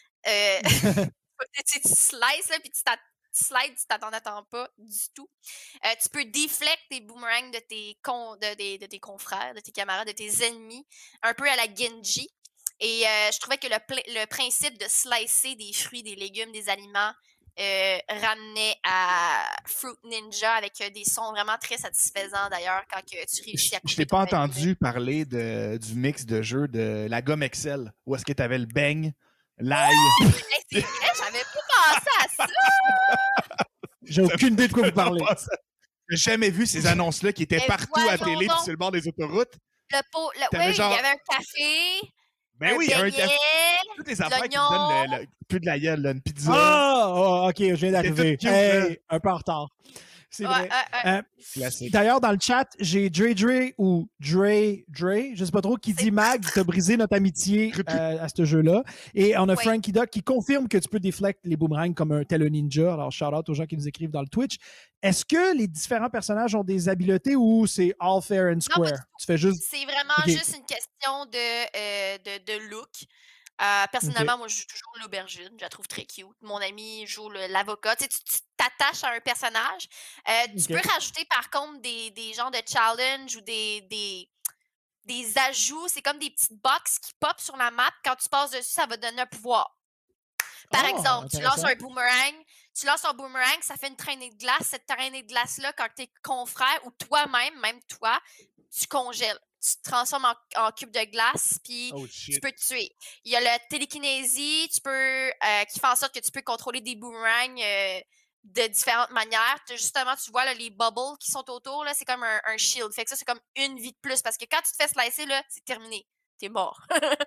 Tu slices, là, puis tu slides, tu t'attends pas du tout. Tu peux deflect des boomerangs de tes confrères, de tes camarades, de tes ennemis, un peu à la Genji. Et je trouvais que le principe de slicer des fruits, des légumes, des aliments ramenait à Fruit Ninja avec des sons vraiment très satisfaisants d'ailleurs quand que tu réussis à couper Je t'ai pas ton entendu parler du mix de jeu de la gomme Excel, où est-ce que tu avais le beigne, l'ail. C'est vrai, j'avais pas pensé à ça! J'ai aucune idée de quoi vous parlez. J'ai jamais vu ces annonces-là qui étaient partout à la télé puis sur le bord des autoroutes. Oui, il y avait un café. Ben oui, un café. Toutes les affaires qui te donnent plus de la gueule, une pizza. OK, je viens d'arriver. Hey, un peu en retard. C'est vrai. Classique. D'ailleurs, dans le chat, j'ai Dre ou Dre, je sais pas trop, qui dit Mag, t'as brisé notre amitié à ce jeu-là. Et on a Frankie Duck qui confirme que tu peux déflecter les boomerangs comme un tel ninja. Alors, shout-out aux gens qui nous écrivent dans le Twitch. Est-ce que les différents personnages ont des habiletés ou c'est all fair and square? Non, tu fais juste... C'est vraiment juste une question de look. Personnellement, moi, je joue toujours l'aubergine. Je la trouve très cute. Mon ami joue l'avocat. Tu t'attaches à un personnage. Tu peux rajouter, par contre, des genres de challenge ou des ajouts. C'est comme des petites boxes qui pop sur la map. Quand tu passes dessus, ça va te donner un pouvoir. Par exemple, tu lances un boomerang, ça fait une traînée de glace. Cette traînée de glace-là, quand tes confrères ou toi-même, même toi, tu congèles. Tu te transformes en cube de glace, puis tu peux te tuer. Il y a la télékinésie, qui fait en sorte que tu peux contrôler des boomerangs de différentes manières. Justement, tu vois là, les bubbles qui sont autour, là, c'est comme un shield. Fait que ça, c'est comme une vie de plus, parce que quand tu te fais slicer, là, c'est terminé. T'es mort.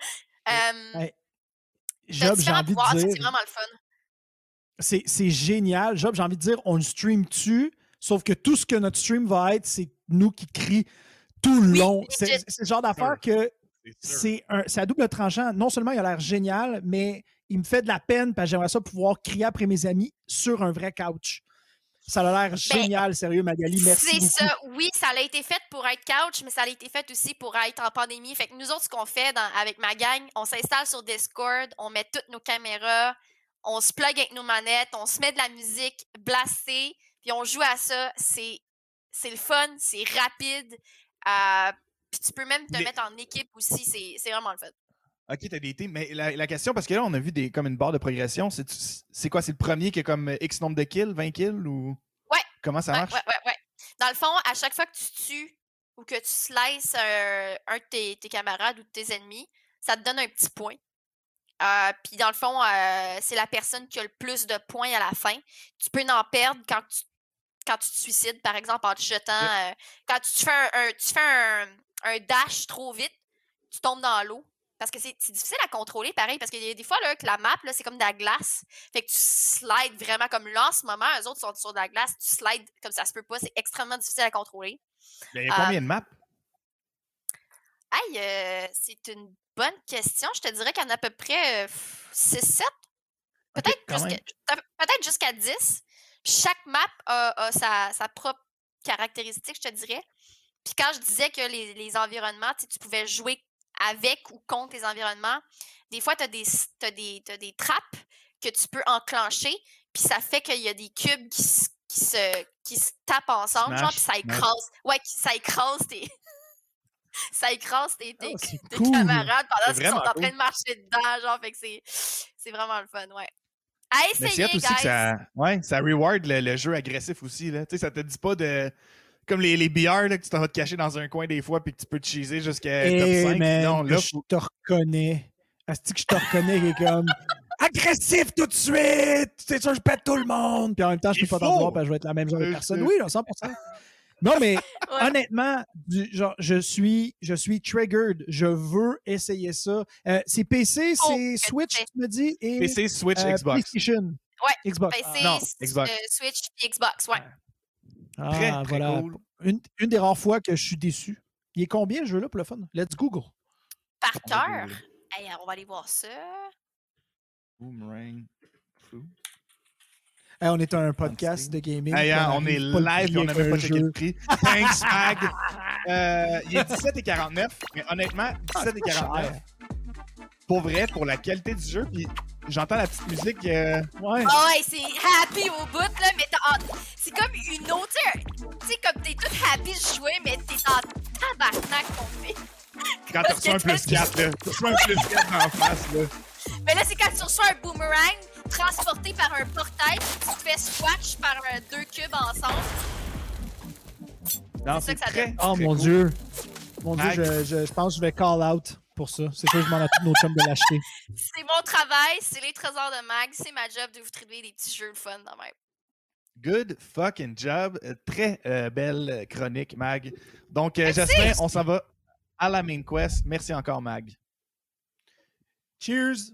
Job, j'ai envie de dire... C'est vraiment le fun. C'est génial. Job, j'ai envie de dire, on le stream-tu, sauf que tout ce que notre stream va être, c'est nous qui crie tout le long. C'est le genre d'affaire que c'est à double tranchant. Non seulement il a l'air génial, mais il me fait de la peine parce que j'aimerais ça pouvoir crier après mes amis sur un vrai couch. Ça a l'air génial, sérieux, Magali. Merci beaucoup. C'est ça. Oui, ça a été fait pour être couch, mais ça a été fait aussi pour être en pandémie. Fait que nous autres, ce qu'on fait avec ma gang, on s'installe sur Discord, on met toutes nos caméras, on se plug avec nos manettes, on se met de la musique blastée, puis on joue à ça. C'est le fun, c'est rapide. Puis tu peux même te mettre en équipe aussi. C'est vraiment le fun. OK, t'as des teams. Mais la question, parce que là, on a vu comme une barre de progression. C'est quoi? C'est le premier qui a comme X nombre de kills, 20 kills? Ou... Ouais. Comment ça marche? Ouais. Dans le fond, à chaque fois que tu tues ou que tu slices un de tes camarades ou de tes ennemis, ça te donne un petit point. Puis dans le fond, c'est la personne qui a le plus de points à la fin. Tu peux en perdre quand tu te suicides, par exemple, en te jetant. Quand tu fais un dash trop vite, tu tombes dans l'eau. Parce que c'est difficile à contrôler, pareil, parce qu'il y a des fois là, que la map, là, c'est comme de la glace. Fait que tu slides vraiment comme là en ce moment, eux autres sont sur de la glace, tu slides comme ça se peut pas, c'est extrêmement difficile à contrôler. Il y a combien de maps? C'est une bonne question. Je te dirais qu'il y en a à peu près 6-7. Peut-être jusqu'à 10. Chaque map a sa propre caractéristique, je te dirais. Puis quand je disais que les environnements, tu pouvais jouer avec ou contre les environnements, des fois, tu as des trappes que tu peux enclencher, puis ça fait qu'il y a des cubes qui se tapent ensemble, genre, puis ça écrase. Ouais, ça écrase tes... ça écrase tes camarades pendant qu'ils sont en train de marcher dedans, genre, fait que c'est vraiment le fun, ouais. À essayer, aussi guys! Que ça reward le jeu agressif aussi, là. Tu sais, ça te dit pas de... Comme les BR, là, que tu t'en vas te cacher dans un coin des fois puis que tu peux te cheeser jusqu'à top 5. Non, là, je te reconnais. Est-ce que je te reconnais qui est comme agressif tout de suite? C'est sûr, je pète tout le monde. Puis en même temps, je peux pas t'en voir parce que je vais être la même genre de personne. Oui, 100%. Non, mais honnêtement, je suis triggered. Je veux essayer ça. C'est PC, c'est Switch, tu me dis? Et, PC, Switch, Xbox. PlayStation. Ouais, Xbox. PC, non, Xbox. Switch et Xbox, ouais. Très voilà. cool. Une des rares fois que je suis déçu. Il est combien, ce jeu-là, pour le fun? Let's Google. Par cœur? Hey, on va aller voir ça. Boomerang. Hey, on est un podcast de gaming. Hey, hein, on est arrive pas le live et on n'a même pas checké jeu. le prix. Thanks, Mag. Il est 17,49, mais honnêtement, 17,49. Pour vrai, pour la qualité du jeu, puis j'entends la petite musique. Ouais. Ah ouais, c'est happy au bout, là, mais c'est comme une autre. Tu sais, comme t'es tout happy de jouer, mais t'es en tabarnak qu'on fait. Quand tu reçois un plus 4, là. Tu reçois un plus 4 en face, là. Mais là, c'est quand tu reçois un boomerang transporté par un portail, tu te fais squash par deux cubes ensemble. Non, C'est ça que ça très, donne. Oh très mon cool. Dieu. Mon Mag. Dieu, je pense que je vais call out pour ça. C'est sûr que je m'en ai tous nos chums de l'acheter. C'est mon travail, c'est les trésors de Mag, c'est ma job de vous triper des petits jeux de fun dans même. Good fucking job. Très belle chronique, Mag. Donc, Jasmin, on s'en va à la main quest. Merci encore, Mag. Cheers!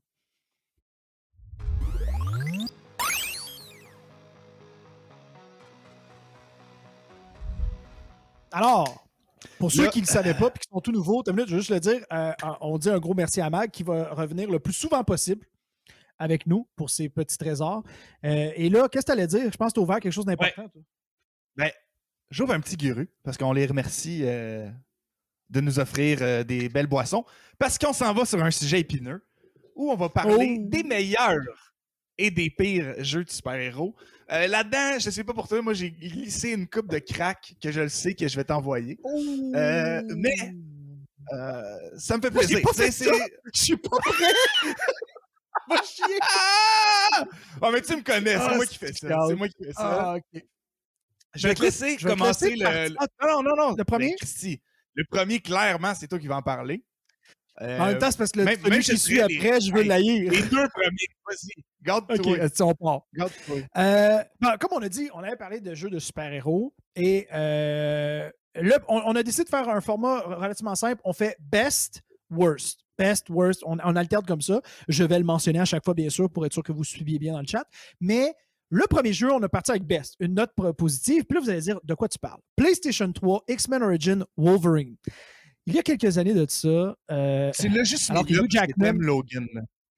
Alors, pour ceux Là, qui ne le savaient pas et qui sont tout nouveaux, je vais juste le dire, on dit un gros merci à Mag qui va revenir le plus souvent possible avec nous pour ses petits trésors. Et là, qu'est-ce que tu allais dire? Je pense que tu as ouvert quelque chose d'important. Toi. Ben, j'ouvre un petit guru parce qu'on les remercie de nous offrir des belles boissons parce qu'on s'en va sur un sujet épineux où on va parler des meilleurs et des pires jeux de super-héros. Là-dedans, je sais pas pour toi, moi j'ai glissé une coupe de crack que je le sais que je vais t'envoyer. Mais ça me fait plaisir. Je suis pas prêt! Va chier! Ah! Oh, mais tu me connais, c'est moi qui fais ça. calme. C'est moi qui fais ça. Ah, OK. Je vais te laisser je vais te commencer laisser le. Non. Le premier? Ben, Christy, le premier, clairement, c'est toi qui vas en parler. En même temps, c'est parce que même celui je qui suit dirais après, je veux hey, l'haïr. Les deux premiers, vas-y. Garde-toi. OK, on part. Garde-toi. Comme on a dit, on avait parlé de jeux de super-héros et là, on a décidé de faire un format relativement simple. On fait best, worst. Best, worst. On alterne comme ça. Je vais le mentionner à chaque fois, bien sûr, pour être sûr que vous suiviez bien dans le chat. Mais le premier jeu, on a parti avec best, une note positive. Puis là, vous allez dire de quoi tu parles. PlayStation 3, X-Men Origin, Wolverine. Il y a quelques années de ça. C'est là juste alors que Hugh Jackman. Logan.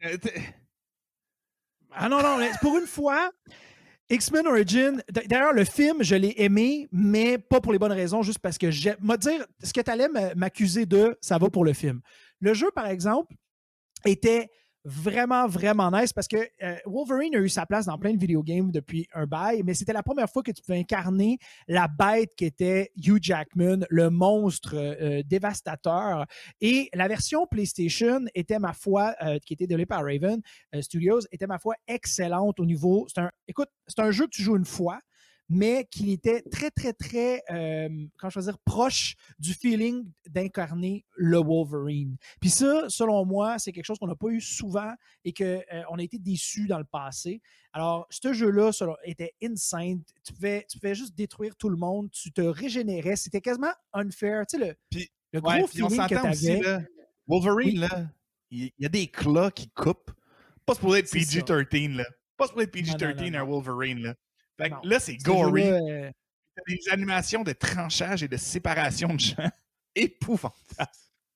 Ah non, mais pour une fois, X-Men Origin, d'ailleurs, le film, je l'ai aimé, mais pas pour les bonnes raisons, juste parce que j'aime. Moi, dire ce que tu allais m'accuser de, ça va pour le film. Le jeu, par exemple, était vraiment, vraiment nice parce que Wolverine a eu sa place dans plein de vidéogames depuis un bail, mais c'était la première fois que tu pouvais incarner la bête qui était Hugh Jackman, le monstre dévastateur. Et la version PlayStation était, ma foi, qui était développée par Raven Studios, était, ma foi, excellente au niveau... Écoute, c'est un jeu que tu joues une fois, mais qui était très, très, très, comment je veux dire, proche du feeling d'incarner le Wolverine. Puis ça, selon moi, c'est quelque chose qu'on n'a pas eu souvent et qu'on a été déçus dans le passé. Alors, ce jeu-là était insane. Tu pouvais juste détruire tout le monde. Tu te régénérais. C'était quasiment unfair. Tu sais, le gros feeling que tu avais. Aussi, là, Wolverine, là, il y a des claws qui coupent. Pas supposé être PG-13, là. Pas supposé être PG-13 un Wolverine, là. Fait que là, c'est gory. T'as des animations de tranchage et de séparation de gens épouvantables.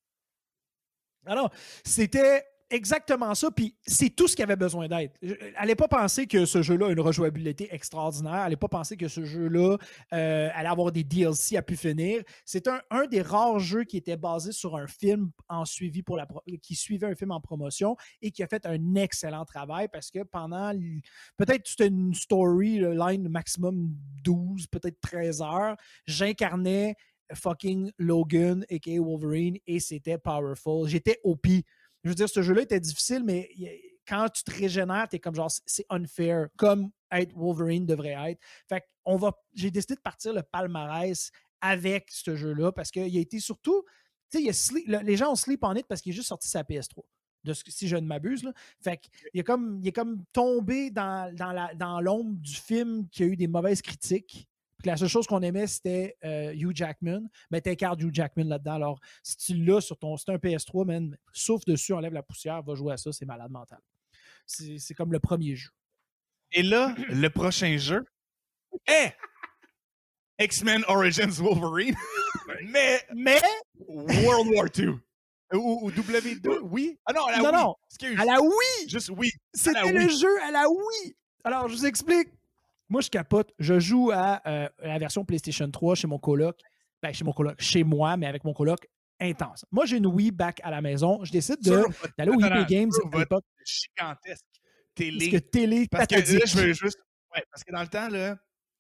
Alors, c'était exactement ça, puis c'est tout ce qu'il avait besoin d'être. Allez pas penser que ce jeu-là a une rejouabilité extraordinaire. Allez pas penser que ce jeu-là allait avoir des DLC à pu finir. C'est un des rares jeux qui était basé sur un film qui suivait un film en promotion et qui a fait un excellent travail parce que pendant peut-être c'était une storyline maximum 12, peut-être 13 heures, j'incarnais fucking Logan, a.k.a. Wolverine, et c'était powerful. J'étais OP. Je veux dire, ce jeu-là était difficile, mais quand tu te régénères, t'es comme genre, c'est unfair, comme être Wolverine devrait être. Fait que j'ai décidé de partir le palmarès avec ce jeu-là parce qu'il a été surtout, tu sais, les gens ont sleep on it parce qu'il est juste sorti sa PS3. Si je ne m'abuse. Là. Fait qu'il est comme tombé dans l'ombre du film qui a eu des mauvaises critiques. Puis la seule chose qu'on aimait, c'était Hugh Jackman. Mais t'incarnes Hugh Jackman là-dedans. Alors, si tu l'as sur c'est un PS3, man, souffle dessus, enlève la poussière, va jouer à ça, c'est malade mental. C'est comme le premier jeu. Et là, le prochain jeu est X-Men Origins Wolverine, mais World War II. Ou W2, oui? Ah non, à la Wii. Non, Excuse. à la Wii! Juste oui. C'était le jeu à la Wii! Alors, je vous explique. Moi, je capote. Je joue à la version PlayStation 3 chez mon coloc. Ben, chez mon coloc. Chez moi, mais avec mon coloc intense. Moi, j'ai une Wii back à la maison. Je décide d'aller au eBay Games à l'époque. Gigantesque Parce télé. que télé Parce que patadique. là, je veux juste... Ouais, parce que dans le temps, là...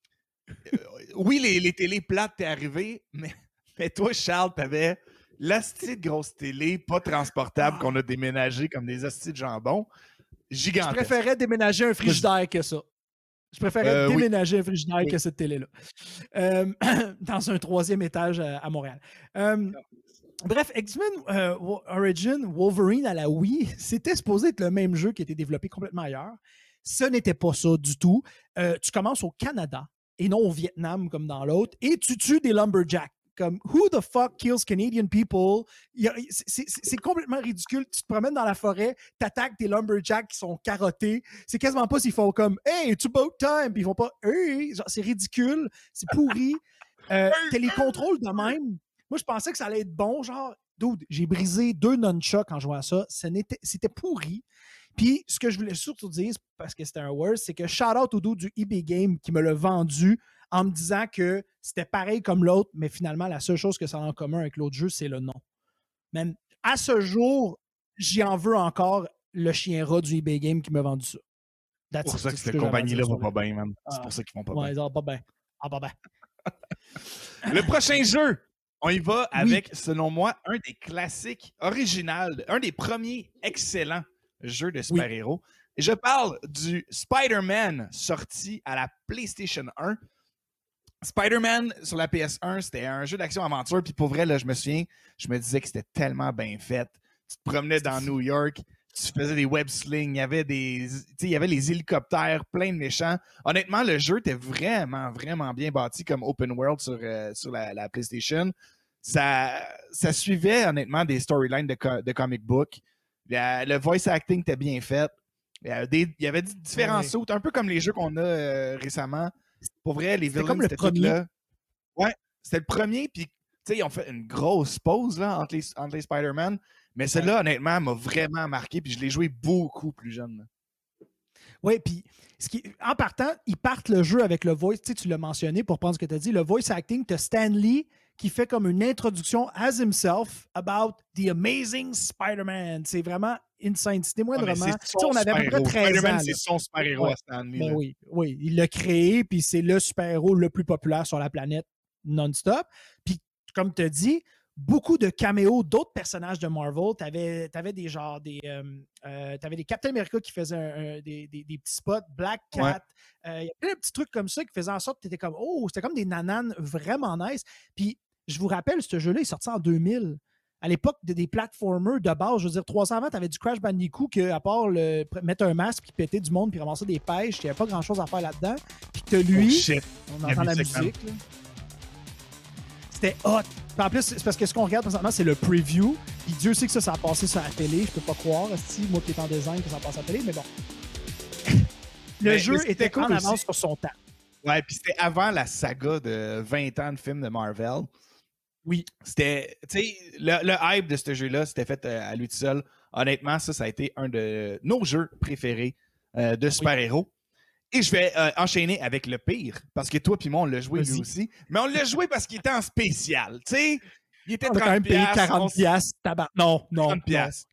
oui, les télés plates, t'es arrivé, mais toi, Charles, t'avais l'hostie de grosse télé, pas transportable, qu'on a déménagé comme des hosties de jambon. Gigantesque. Je préférais déménager un frigidaire que ça. Je préférais déménager un frigidaire que cette télé-là. Dans un 3e étage à Montréal. Bref, X-Men Origin Wolverine à la Wii, c'était supposé être le même jeu qui était développé complètement ailleurs. Ce n'était pas ça du tout. Tu commences au Canada et non au Vietnam comme dans l'autre et tu tues des lumberjacks. Comme, who the fuck kills Canadian people? C'est complètement ridicule. Tu te promènes dans la forêt, t'attaques des lumberjacks qui sont carottés. C'est quasiment pas s'ils font comme, hey, it's about time. Puis ils font pas, hey. Genre, c'est ridicule. C'est pourri. T'as les contrôles de même. Moi, je pensais que ça allait être bon. Genre, dude, j'ai brisé 2 nunchucks en jouant à ça. C'était pourri. Puis, ce que je voulais surtout dire, parce que c'était un worst, c'est que shout-out au dude du eBay Game qui me l'a vendu en me disant que c'était pareil comme l'autre, mais finalement, la seule chose que ça a en commun avec l'autre jeu, c'est le nom. Même à ce jour, j'y en veux encore le chien rat du eBay Game qui m'a vendu ça. C'est pour ça que cette compagnie-là va pas bien, man. C'est pour ça qu'ils vont pas bien. Ouais, ils vont pas bien. Ah, pas bien. Le prochain jeu, on y va avec, selon moi, un des classiques originaux, un des premiers excellents jeux de super-héros. Et je parle du Spider-Man sorti à la PlayStation 1. Spider-Man sur la PS1, c'était un jeu d'action-aventure. Puis pour vrai, là, je me souviens, je me disais que c'était tellement bien fait. Tu te promenais dans New York, tu faisais des web-slings, il y avait les hélicoptères, plein de méchants. Honnêtement, le jeu était vraiment, vraiment bien bâti comme open world sur la PlayStation. Ça suivait, honnêtement, des storylines de comic book. Le voice acting était bien fait. Il y avait différents sauts, un peu comme les jeux qu'on a récemment. Pour vrai, les villains, c'était comme le premier. Là. Ouais, c'était le premier. Puis, tu sais, ils ont fait une grosse pause là, entre les Spider-Man. Mais celle-là, honnêtement, m'a vraiment marqué. Puis, je l'ai joué beaucoup plus jeune. Oui, puis en partant, ils partent le jeu avec le voice. Tu l'as mentionné pour prendre ce que tu as dit. Le voice acting, tu as Stan Lee qui fait comme une introduction as himself about the amazing Spider-Man. C'est vraiment insane. C'était moi vraiment. On avait à peu près 13 Spider-Man, ans. c'est son super-héros à Stan Lee. Ben oui, il l'a créé, puis c'est le super-héros le plus populaire sur la planète non-stop. Puis, comme tu as dit, beaucoup de caméos d'autres personnages de Marvel. T'avais des genres, t'avais des Captain America qui faisaient des petits spots, Black Cat. Il y a plein de petits trucs comme ça qui faisaient en sorte que t'étais comme, oh, c'était comme des nananes vraiment nice. Puis, je vous rappelle, ce jeu-là est sorti en 2000. À l'époque des platformers de base, je veux dire, 300 ans avant, t'avais du Crash Bandicoot que, à part mettre un masque puis péter du monde puis ramasser des pêches, il n'y avait pas grand-chose à faire là-dedans. Puis que lui, on entend la musique. Là. C'était hot. Puis en plus, c'est parce que ce qu'on regarde présentement, c'est le preview. Puis Dieu sait que ça a passé sur la télé. Je peux pas croire, moi qui est en design, que ça passe à la télé, mais bon. Le jeu était en avance sur son temps. Ouais, puis c'était avant la saga de 20 ans de films de Marvel. Oui. C'était, tu sais, le hype de ce jeu-là, c'était fait à lui tout seul. Honnêtement, ça a été un de nos jeux préférés de super-héros. Et je vais enchaîner avec le pire, parce que toi puis moi, on l'a joué lui aussi. Mais on l'a joué parce qu'il était en spécial, tu sais. Il était 30$. On a quand même payé 40$, tabac. Non. 30$.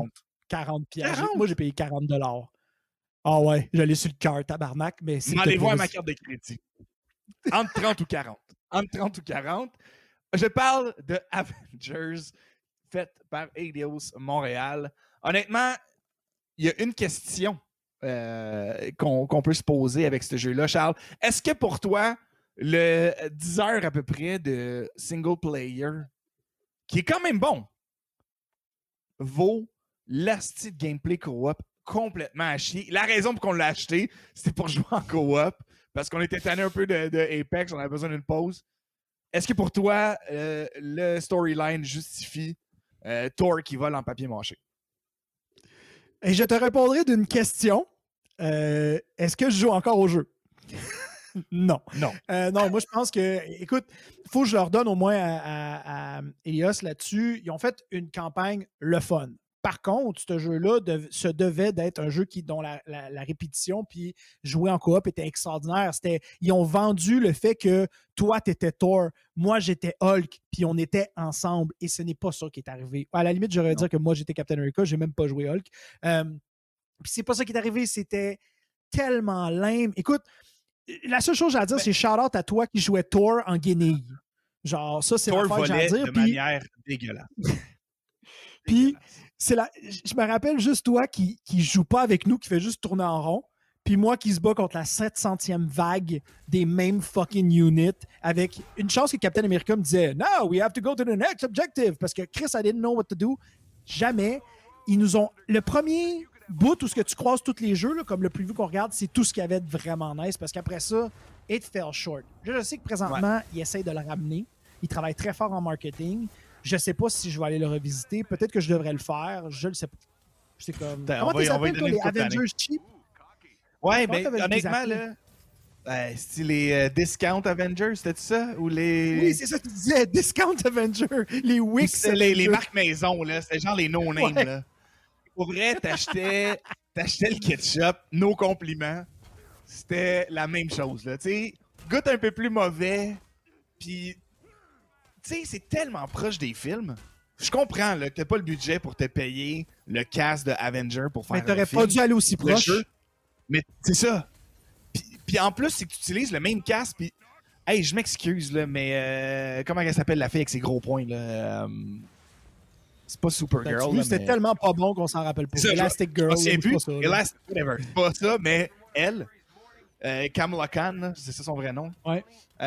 40$. Moi, j'ai payé 40$. Ah ouais, j'allais sur le cœur, tabarnak, mais c'est. Allez voir ma carte de crédit. Entre 30 ou 40. Entre 30 ou 40. Je parle de Avengers, fait par Eidos Montréal. Honnêtement, il y a une question qu'on peut se poser avec ce jeu-là, Charles. Est-ce que pour toi, le 10 heures à peu près de single player, qui est quand même bon, vaut l'asti de gameplay co-op complètement à chier? La raison pour qu'on l'a acheté, c'était pour jouer en co-op, parce qu'on était tanné un peu de Apex, on avait besoin d'une pause. Est-ce que pour toi, le storyline justifie Thor qui vole en papier mâché? Et je te répondrai d'une question. Est-ce que je joue encore au jeu? Non. Non, moi, je pense que, écoute, il faut que je leur donne au moins à Eidos là-dessus. Ils ont fait une campagne le fun. Par contre, ce jeu-là se devait d'être un jeu dont la répétition puis jouer en coop était extraordinaire. Ils ont vendu le fait que toi, tu étais Thor, moi, j'étais Hulk, puis on était ensemble. Et ce n'est pas ça qui est arrivé. À la limite, j'aurais dire que moi, j'étais Captain America, j'ai même pas joué Hulk. Puis c'est pas ça qui est arrivé, c'était tellement lame. Écoute, la seule chose que j'ai à dire, c'est shout-out à toi qui jouais Thor en guenille. Genre, ça, c'est l'affaire que j'ai à dire. De manière dégueulasse. Puis, je me rappelle juste toi qui joue pas avec nous, qui fait juste tourner en rond, puis moi qui se bat contre la 700e vague des mêmes fucking units, avec une chance que Captain America me disait « Now, we have to go to the next objective », parce que Chris, I didn't know what to do. Jamais. Ils nous ont... Le premier bout où ce que tu croises tous les jeux, là, comme le preview qu'on regarde, c'est tout ce qu'il y avait de vraiment nice, parce qu'après ça, it fell short. Je sais que présentement, ils essayent de le ramener. Ils travaillent très fort en marketing. Je sais pas si je vais aller le revisiter. Peut-être que je devrais le faire. Je le sais pas. C'est comme... Comment tu s'appelles, toi, les Avengers cheap? Ouais, mais honnêtement, là... c'est les Discount Avengers, c'était ça? Ou les... Oui, c'est ça que tu disais, Discount Avengers. Les Wix. C'est les marques maison, là. C'était genre les no-names, là. Pour vrai, t'achetais le ketchup, nos compliments. C'était la même chose, là. Tu sais, goûte un peu plus mauvais, puis... Tu sais, c'est tellement proche des films. Je comprends là, que t'as pas le budget pour te payer le cast de Avenger pour faire un film. Mais t'aurais pas dû aller aussi proche. Jeu. Mais c'est ça. Puis en plus, c'est que tu utilises le même cast, puis... Hey, je m'excuse, là, mais... comment elle s'appelle, la fille avec ses gros points, là? C'est pas Supergirl, là, c'était tellement pas bon qu'on s'en rappelle pas. Ça, Elastic Girl, c'est pas ça. Elastic, whatever. C'est pas ça, mais elle, Kamala Khan, là, c'est ça son vrai nom. Ouais.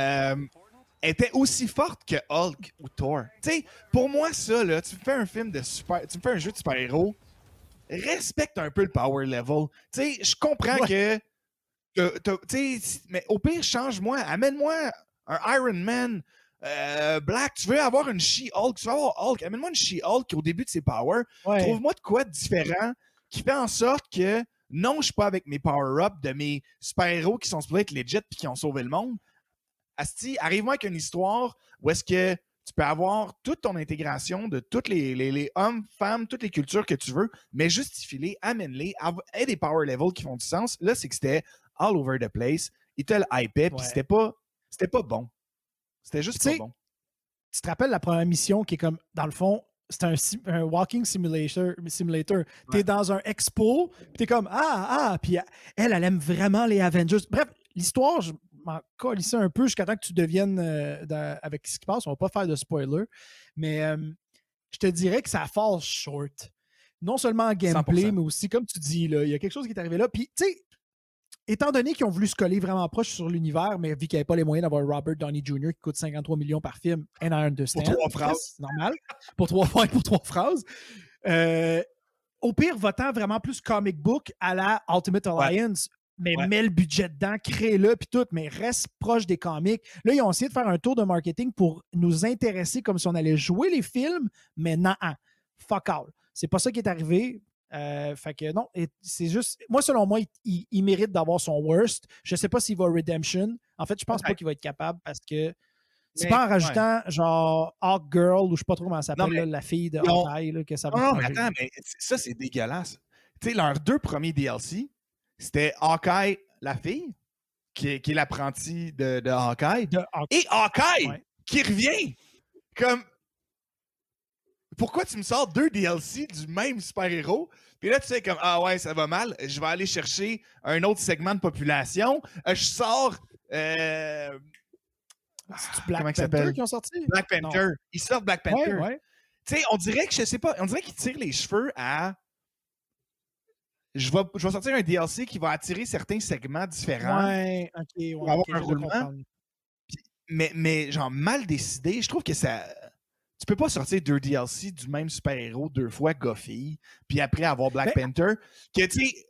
Était aussi forte que Hulk ou Thor. Tu sais, pour moi, ça, là, tu me fais un film de tu me fais un jeu de super-héros, respecte un peu le power level. Tu sais, je comprends que tu sais, mais au pire, change-moi, amène-moi un Iron Man, Black, tu veux avoir une She-Hulk, tu veux avoir Hulk, amène-moi une She-Hulk qui au début de ses powers, trouve-moi de quoi de différent qui fait en sorte que non, je suis pas avec mes power-ups de mes super-héros qui sont supposés être legit puis qui ont sauvé le monde. Asti, arrive-moi avec une histoire où est-ce que tu peux avoir toute ton intégration de toutes les hommes, femmes, toutes les cultures que tu veux, mais justifie-les, amène-les, aie des power levels qui font du sens. Là, c'est que c'était all over the place. Il te le hypait, puis c'était pas bon. C'était juste pas bon. Tu te rappelles la première mission qui est comme, dans le fond, c'est un walking simulator. T'es dans un expo, puis t'es comme, puis elle aime vraiment les Avengers. Bref, l'histoire, je m'en calissais un peu jusqu'à temps que tu deviennes avec ce qui passe. On va pas faire de spoiler, mais je te dirais que ça fall short. Non seulement en gameplay, 100%. Mais aussi, comme tu dis, il y a quelque chose qui est arrivé là. Puis, tu sais, étant donné qu'ils ont voulu se coller vraiment proche sur l'univers, mais vu qu'ils n'avaient pas les moyens d'avoir Robert Downey Jr. qui coûte 53 millions par film, and I understand. Pour 3 phrases. C'est normal. pour 3 phrases. Au pire, va-t'en vraiment plus comic book à la Ultimate Alliance, mais mets le budget dedans, crée-le, puis tout, mais reste proche des comics. Là, ils ont essayé de faire un tour de marketing pour nous intéresser comme si on allait jouer les films, mais non, fuck all. C'est pas ça qui est arrivé. Fait que non, c'est juste... Moi, selon moi, il mérite d'avoir son worst. Je sais pas s'il va Redemption. En fait, je pense pas qu'il va être capable parce que c'est pas en rajoutant genre Hawk Girl ou je sais pas trop comment elle s'appelle, la fille de Hawkeye, que ça va non, mais attends, mais ça, c'est dégueulasse. Tu sais, leurs 2 premiers DLC, c'était Hawkeye, la fille, qui est l'apprentie de Hawkeye, et Hawkeye, qui revient comme... Pourquoi tu me sors 2 DLC du même super-héros? Puis là, tu sais, comme, ah ouais, ça va mal, je vais aller chercher un autre segment de population. Je sors... C'est-tu Black Panther qui ont sorti? Black Panther. Non. Ils sortent Black Panther. Ouais. Tu sais, on dirait que, je sais pas, on dirait qu'ils tirent les cheveux à... Je vais sortir un DLC qui va attirer certains segments différents. Ouais, ok. Pour avoir un roulement. Mais genre, mal décidé, je trouve que ça... Tu peux pas sortir 2 DLC du même super-héros 2 fois goffy, puis après avoir Black Panther. Que, tu sais,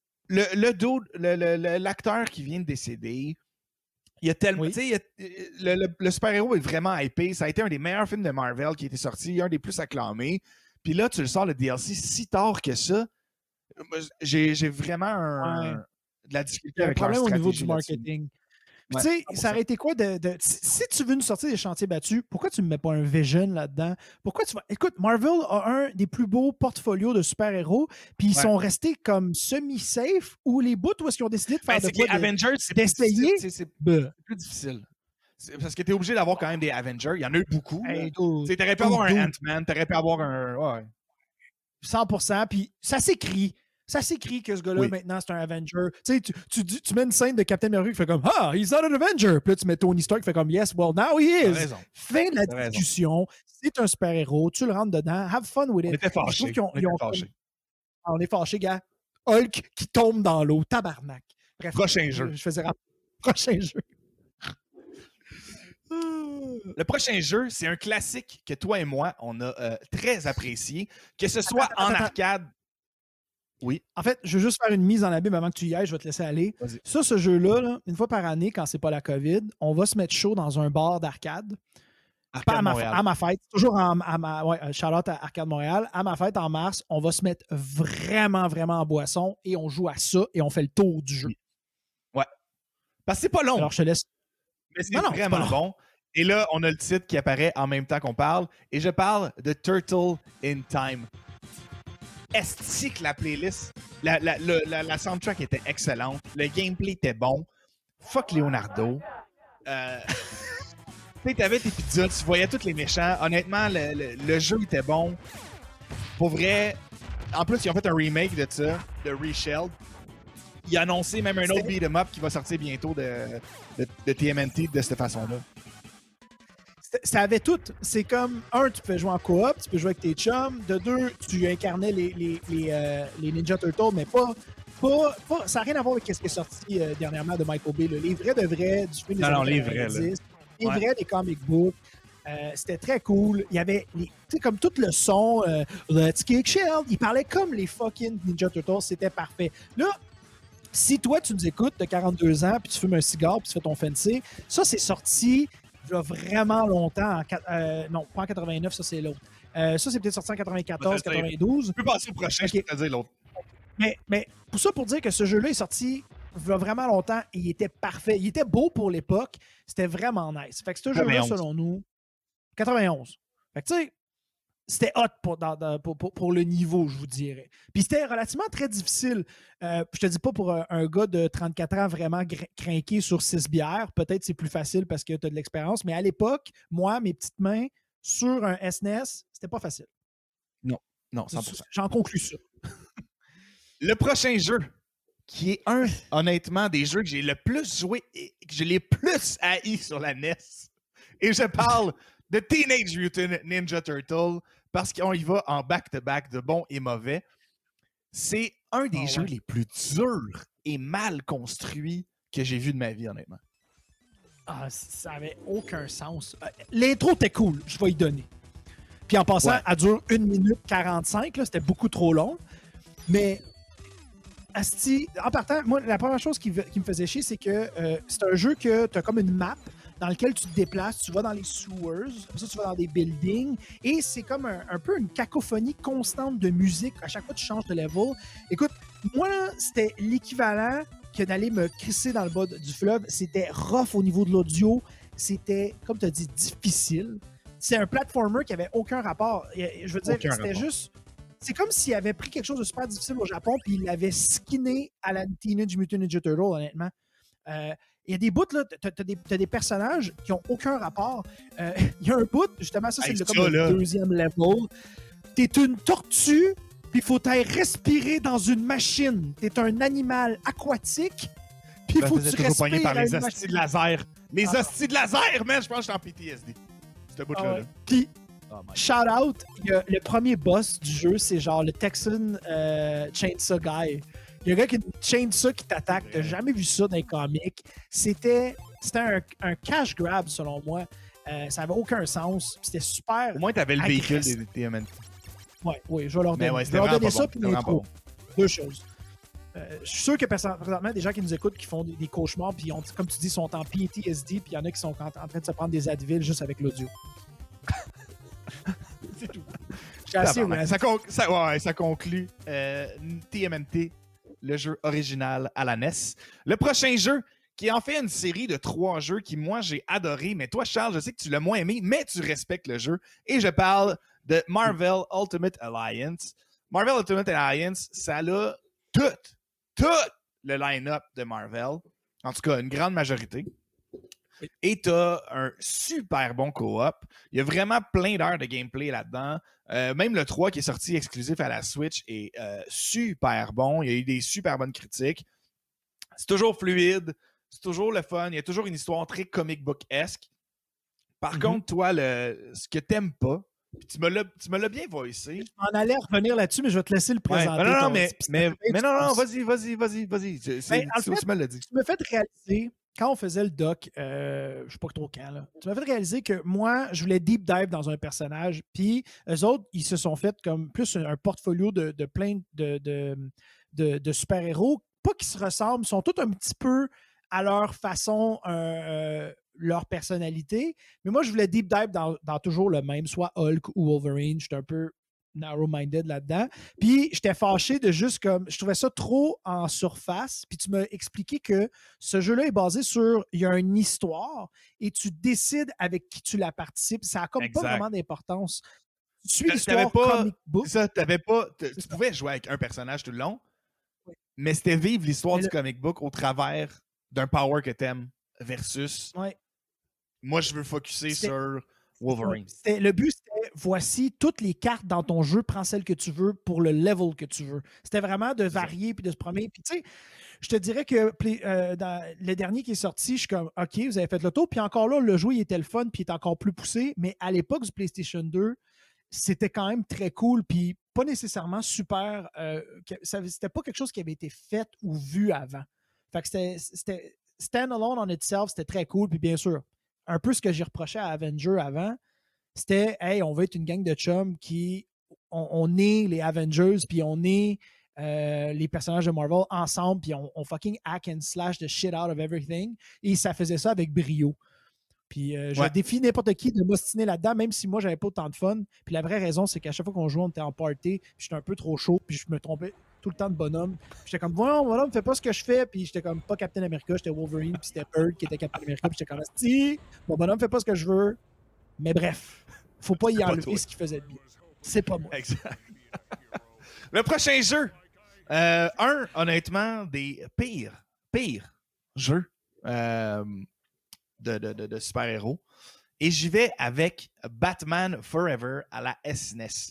l'acteur qui vient de décéder, il y a tellement... Tu sais, le super-héros est vraiment hypé. Ça a été un des meilleurs films de Marvel qui a été sorti, un des plus acclamés. Puis là, tu le sors le DLC si tard que ça. J'ai vraiment de la difficulté avec leur stratégie. Il y a un problème au niveau du marketing. Puis, tu sais, ça aurait été quoi si tu veux nous sortir des chantiers battus, pourquoi tu ne mets pas un Vision là-dedans? Pourquoi tu vas. Écoute, Marvel a un des plus beaux portfolios de super-héros, puis ils sont restés comme semi-safe, ou les bouts où est-ce qu'ils ont décidé de faire de quoi? Les Avengers, c'est plus difficile. Parce que t'es obligé d'avoir quand même des Avengers. Il y en a eu beaucoup. T'aurais pu avoir un Ant-Man, t'aurais pu avoir un. Ouais. 100%, puis ça s'écrit. Ça s'écrit que ce gars-là, maintenant, c'est un Avenger. Tu sais, tu mets une scène de Captain America qui fait comme Ah, he's not an Avenger. Puis là, tu mets Tony Stark qui fait comme Yes, well, now he is. Fin de la discussion. C'est un super-héros. Tu le rentres dedans. Have fun with it. On était fâchés. On est fâchés, gars. Hulk qui tombe dans l'eau. Tabarnak. Bref. Prochain jeu. Je faisais prochain jeu. Le prochain jeu, c'est un classique que toi et moi, on a très apprécié. Que ce soit en arcade. Oui. En fait, je veux juste faire une mise en abîme avant que tu y ailles. Je vais te laisser aller. Vas-y. Ça, ce jeu-là, là, une fois par année, quand c'est pas la COVID, on va se mettre chaud dans un bar d'arcade. Pas à ma fête. Toujours shout-out à Arcade Montréal. À ma fête en mars, on va se mettre vraiment, vraiment en boisson et on joue à ça et on fait le tour du jeu. Ouais. Parce que c'est pas long. Alors, je te laisse. Mais c'est vraiment bon. Et là, on a le titre qui apparaît en même temps qu'on parle. Et je parle de Turtle in Time. Est-ce que la playlist, la soundtrack était excellente. Le gameplay était bon. Fuck Leonardo. Tu avais tes pizzas, tu voyais tous les méchants. Honnêtement, le jeu était bon. Pour vrai, en plus, ils ont fait un remake de ça, de Reshelled. Ils ont annoncé même un autre beat'em up qui va sortir bientôt de TMNT de cette façon-là. Ça avait tout. C'est comme, un, tu peux jouer en coop, tu peux jouer avec tes chums. De deux, tu incarnais les Ninja Turtles, mais pas ça n'a rien à voir avec ce qui est sorti dernièrement de Michael Bay. Là. Les vrais de vrais du film des années 90. Les vrais des comic books. C'était très cool. Il y avait, tu sais, comme tout le son, Let's Kick Shell. Il parlait comme les fucking Ninja Turtles. C'était parfait. Là, si toi, tu nous écoutes de 42 ans, puis tu fumes un cigare, puis tu fais ton fancy, ça, c'est sorti il y a vraiment longtemps. Non, pas en 89, ça, c'est l'autre. Ça, c'est peut-être sorti en 94, 92. Tu peux passer au prochain, je peux te dire l'autre. Mais pour dire que ce jeu-là est sorti il y a vraiment longtemps et il était parfait. Il était beau pour l'époque. C'était vraiment nice. Fait que ce jeu-là, selon nous, 91. Fait que tu sais, c'était hot pour le niveau, je vous dirais. Puis c'était relativement très difficile. Je te dis pas pour un gars de 34 ans vraiment crinqué sur 6 bières. Peut-être c'est plus facile parce que tu as de l'expérience. Mais à l'époque, moi, mes petites mains sur un SNES, c'était pas facile. Non, 100%. J'en conclus ça. Le prochain jeu, qui est honnêtement, des jeux que j'ai le plus joué et que j'ai les plus haïs sur la NES. Et je parle de Teenage Mutant Ninja Turtle parce qu'on y va en back-to-back de bons et mauvais. C'est un des jeux les plus durs et mal construits que j'ai vu de ma vie, honnêtement. Ça avait aucun sens. L'intro était cool, je vais y donner. Puis en passant, elle dure 1 minute 45, là, c'était beaucoup trop long. Mais asti, en partant, moi, la première chose qui me faisait chier, c'est que c'est un jeu que tu as comme une map dans lequel tu te déplaces, tu vas dans les sewers, après ça, tu vas dans des buildings, et c'est comme un peu une cacophonie constante de musique. À chaque fois, tu changes de level. Écoute, moi, là, c'était l'équivalent que d'aller me crisser dans le bas du fleuve. C'était rough au niveau de l'audio. C'était, comme tu as dit, difficile. C'est un platformer qui avait aucun rapport. Je veux dire, c'était juste... C'est comme s'il avait pris quelque chose de super difficile au Japon puis il l'avait skinné à la Teenage Mutant Ninja Turtle, honnêtement. Il y a des bouts, là, t'as des personnages qui n'ont aucun rapport. Il y a un bout, justement, ça, c'est le deuxième level. T'es une tortue, puis il faut t'aller respirer dans une machine. T'es un animal aquatique, puis il faut que tu respires par les hosties de laser. Les hosties de laser, man! Je pense que je suis en PTSD. Ce bout-là. Puis, shout out, le premier boss du jeu, c'est genre le Texan Chainsaw Guy. Il y a un gars qui a une chainsaw qui t'attaque. T'as jamais vu ça dans les comics. C'était un cash grab, selon moi. Ça avait aucun sens. C'était super. Au moins, t'avais le véhicule des TMNT. Oui, je vais leur donner. Je vais leur donner ça puis l'intro. Deux choses. Je suis sûr que présentement, des gens qui nous écoutent qui font des cauchemars, puis comme tu dis, sont en PTSD, puis il y en a qui sont en train de se prendre des Advil juste avec l'audio. C'est tout. Ça conclut TMNT, le jeu original à la NES. Le prochain jeu, qui est en fait une série de 3 jeux qui, moi, j'ai adoré. Mais toi, Charles, je sais que tu l'as moins aimé, mais tu respectes le jeu. Et je parle de Marvel Ultimate Alliance. Marvel Ultimate Alliance, ça a tout le line-up de Marvel. En tout cas, une grande majorité. Et tu as un super bon co-op. Il y a vraiment plein d'heures de gameplay là-dedans. Même le 3 qui est sorti exclusif à la Switch est super bon. Il y a eu des super bonnes critiques. C'est toujours fluide. C'est toujours le fun. Il y a toujours une histoire très comic book-esque. Par contre, toi, ce que t'aimes pas, puis tu me l'as bien voicé. Je m'en allais revenir là-dessus, mais je vais te laisser le présenter. Non, vas-y. Tu me l'as dit. Tu m'as fait réaliser, quand on faisait le doc, je sais pas trop quand, là, tu m'as fait réaliser que moi, je voulais deep dive dans un personnage, puis eux autres, ils se sont fait comme plus un portfolio de plein de super-héros, pas qui se ressemblent, sont tous un petit peu à leur façon, leur personnalité. Mais moi, je voulais deep dive dans toujours le même, soit Hulk ou Wolverine. J'étais un peu narrow-minded là-dedans. Puis, j'étais fâché de juste comme... Je trouvais ça trop en surface. Puis, tu m'as expliqué que ce jeu-là est basé sur... Il y a une histoire et tu décides avec qui tu la participes. Ça n'a comme pas vraiment d'importance. Tu suis l'histoire comic book. Ça, tu pouvais jouer avec un personnage tout le long, mais c'était vivre l'histoire du comic book au travers d'un power que t'aimes versus... Moi, je veux focusser sur Wolverine. Le but, c'était voici toutes les cartes dans ton jeu, prends celle que tu veux pour le level que tu veux. C'était vraiment de varier puis de se promener. Puis tu sais, je te dirais que dans le dernier qui est sorti, je suis comme OK, vous avez fait le tour. Puis encore là, le jeu, il était le fun puis il est encore plus poussé. Mais à l'époque du PlayStation 2, c'était quand même très cool. Puis pas nécessairement super. C'était pas quelque chose qui avait été fait ou vu avant. Fait que c'était stand-alone on itself, c'était très cool. Puis bien sûr, un peu ce que j'ai reproché à Avengers avant, c'était hey, on va être une gang de chums qui on est les Avengers, puis on est les personnages de Marvel ensemble, puis on fucking hack and slash the shit out of everything. Et ça faisait ça avec brio. Puis je défie n'importe qui de m'ostiner là-dedans, même si moi, j'avais pas autant de fun. Puis la vraie raison, c'est qu'à chaque fois qu'on jouait, on était en party, puis j'étais un peu trop chaud, puis je me trompais tout le temps de bonhomme. Puis j'étais comme, voilà, fais pas ce que je fais, puis j'étais comme pas Captain America, j'étais Wolverine, puis c'était Bird qui était Captain America, puis j'étais comme, si, mon bonhomme fait pas ce que je veux. Mais bref, faut pas y enlever ce qu'il faisait de bien. C'est pas moi. Exact. Le prochain jeu, honnêtement, des pires jeux de super-héros. Et j'y vais avec Batman Forever à la SNES.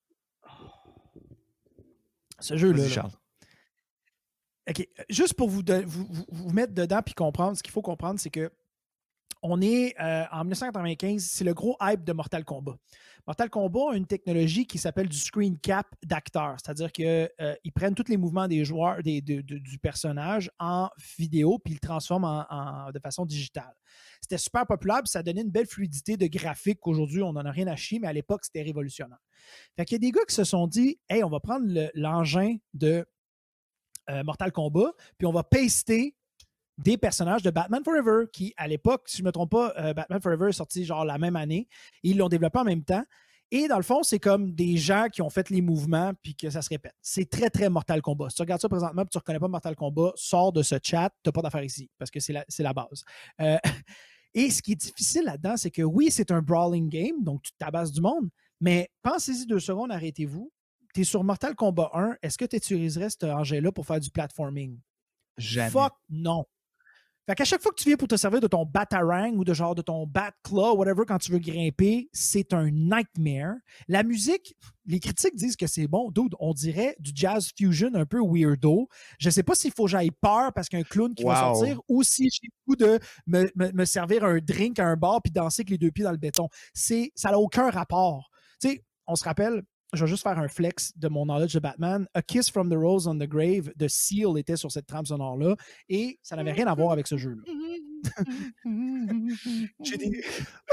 Ce jeu-là. Charles. OK. Juste pour vous mettre dedans puis comprendre, ce qu'il faut comprendre, c'est que on est en 1995, c'est le gros hype de Mortal Kombat. Mortal Kombat a une technologie qui s'appelle du screen cap d'acteurs, c'est-à-dire qu'ils prennent tous les mouvements des joueurs, du personnage en vidéo puis ils le transforment de façon digitale. C'était super populaire puis ça donnait une belle fluidité de graphique qu'aujourd'hui, on n'en a rien à chier, mais à l'époque, c'était révolutionnaire. Fait qu'il y a des gars qui se sont dit « Hey, on va prendre l'engin de Mortal Kombat puis on va paster des personnages de Batman Forever qui, à l'époque, si je ne me trompe pas, Batman Forever est sorti genre la même année. Et ils l'ont développé en même temps. Et dans le fond, c'est comme des gens qui ont fait les mouvements puis que ça se répète. C'est très, très Mortal Kombat. Si tu regardes ça présentement et tu ne reconnais pas Mortal Kombat, sors de ce chat, tu n'as pas d'affaire ici parce que c'est la base. Et ce qui est difficile là-dedans, c'est que oui, c'est un brawling game, donc tu tabasses du monde, mais pensez-y 2 secondes, arrêtez-vous. Tu es sur Mortal Kombat 1, est-ce que tu utiliserais cet engin-là pour faire du platforming? Jamais. Fuck non. Fait qu'à chaque fois que tu viens pour te servir de ton Batarang ou de ton Batclaw, whatever, quand tu veux grimper, c'est un nightmare. La musique, les critiques disent que c'est bon. Dude, on dirait du jazz fusion un peu weirdo. Je sais pas s'il faut que j'aille peur parce qu'il y a un clown qui va sortir ou si j'ai le goût de me servir un drink à un bar puis danser avec les 2 pieds dans le béton. Ça n'a aucun rapport. Tu sais, on se rappelle... Je vais juste faire un flex de mon knowledge de Batman. A Kiss from the Rose on the Grave de Seal était sur cette trame sonore-là et ça n'avait rien à voir avec ce jeu-là. J'ai des...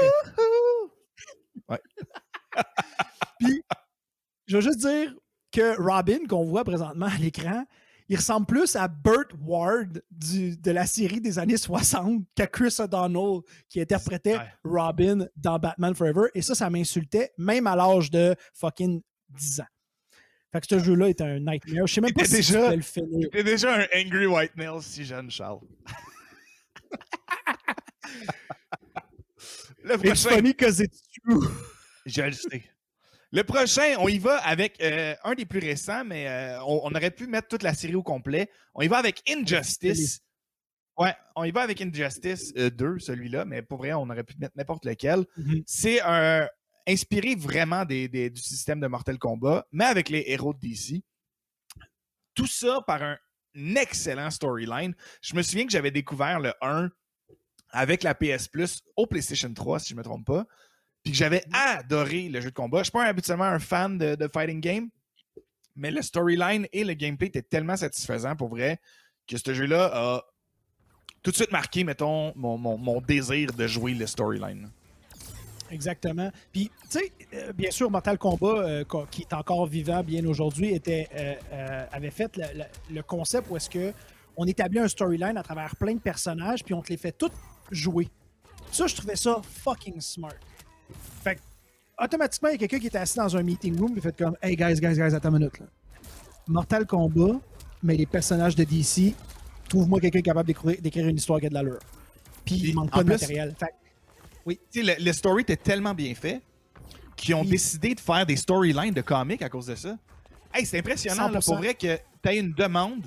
Ouais. Puis, je veux juste dire que Robin, qu'on voit présentement à l'écran, il ressemble plus à Burt Ward de la série des années 60 qu'à Chris O'Donnell qui interprétait Robin dans Batman Forever. Et ça m'insultait, même à l'âge de fucking 10 ans. Fait que ce jeu-là est un nightmare. Je sais même pas si tu peux le finir. T'es déjà un angry white male si jeune, Charles. Le It's prochain, funny because it's true. je le sais. Le prochain, on y va avec un des plus récents, mais on aurait pu mettre toute la série au complet. On y va avec Injustice. Ouais, on y va avec Injustice 2, celui-là, mais pour vrai, on aurait pu mettre n'importe lequel. Mhm. C'est inspiré vraiment du système de Mortal Kombat, mais avec les héros de DC. Tout ça par un excellent storyline. Je me souviens que j'avais découvert le 1 avec la PS Plus au PlayStation 3, si je ne me trompe pas, puis que j'avais adoré le jeu de combat. Je ne suis pas habituellement un fan de fighting game, mais le storyline et le gameplay étaient tellement satisfaisants pour vrai que ce jeu-là a tout de suite marqué, mettons, mon désir de jouer le storyline. Exactement. Puis, tu sais, bien sûr, Mortal Kombat, qui est encore vivant bien aujourd'hui, avait fait le concept où est-ce que on établit un storyline à travers plein de personnages, puis on te les fait tous jouer. Ça, je trouvais ça fucking smart. Fait que, automatiquement, il y a quelqu'un qui était assis dans un meeting room et fait comme « Hey, guys, attends une minute. Là. Mortal Kombat, mais les personnages de DC, trouve-moi quelqu'un capable d'écrire une histoire qui a de l'allure. Puis, il manque pas de matériel. » Fait oui, tu sais, le story était tellement bien fait qu'ils ont décidé de faire des storylines de comics à cause de ça. Hey, c'est impressionnant, là, pour vrai, que tu aies une demande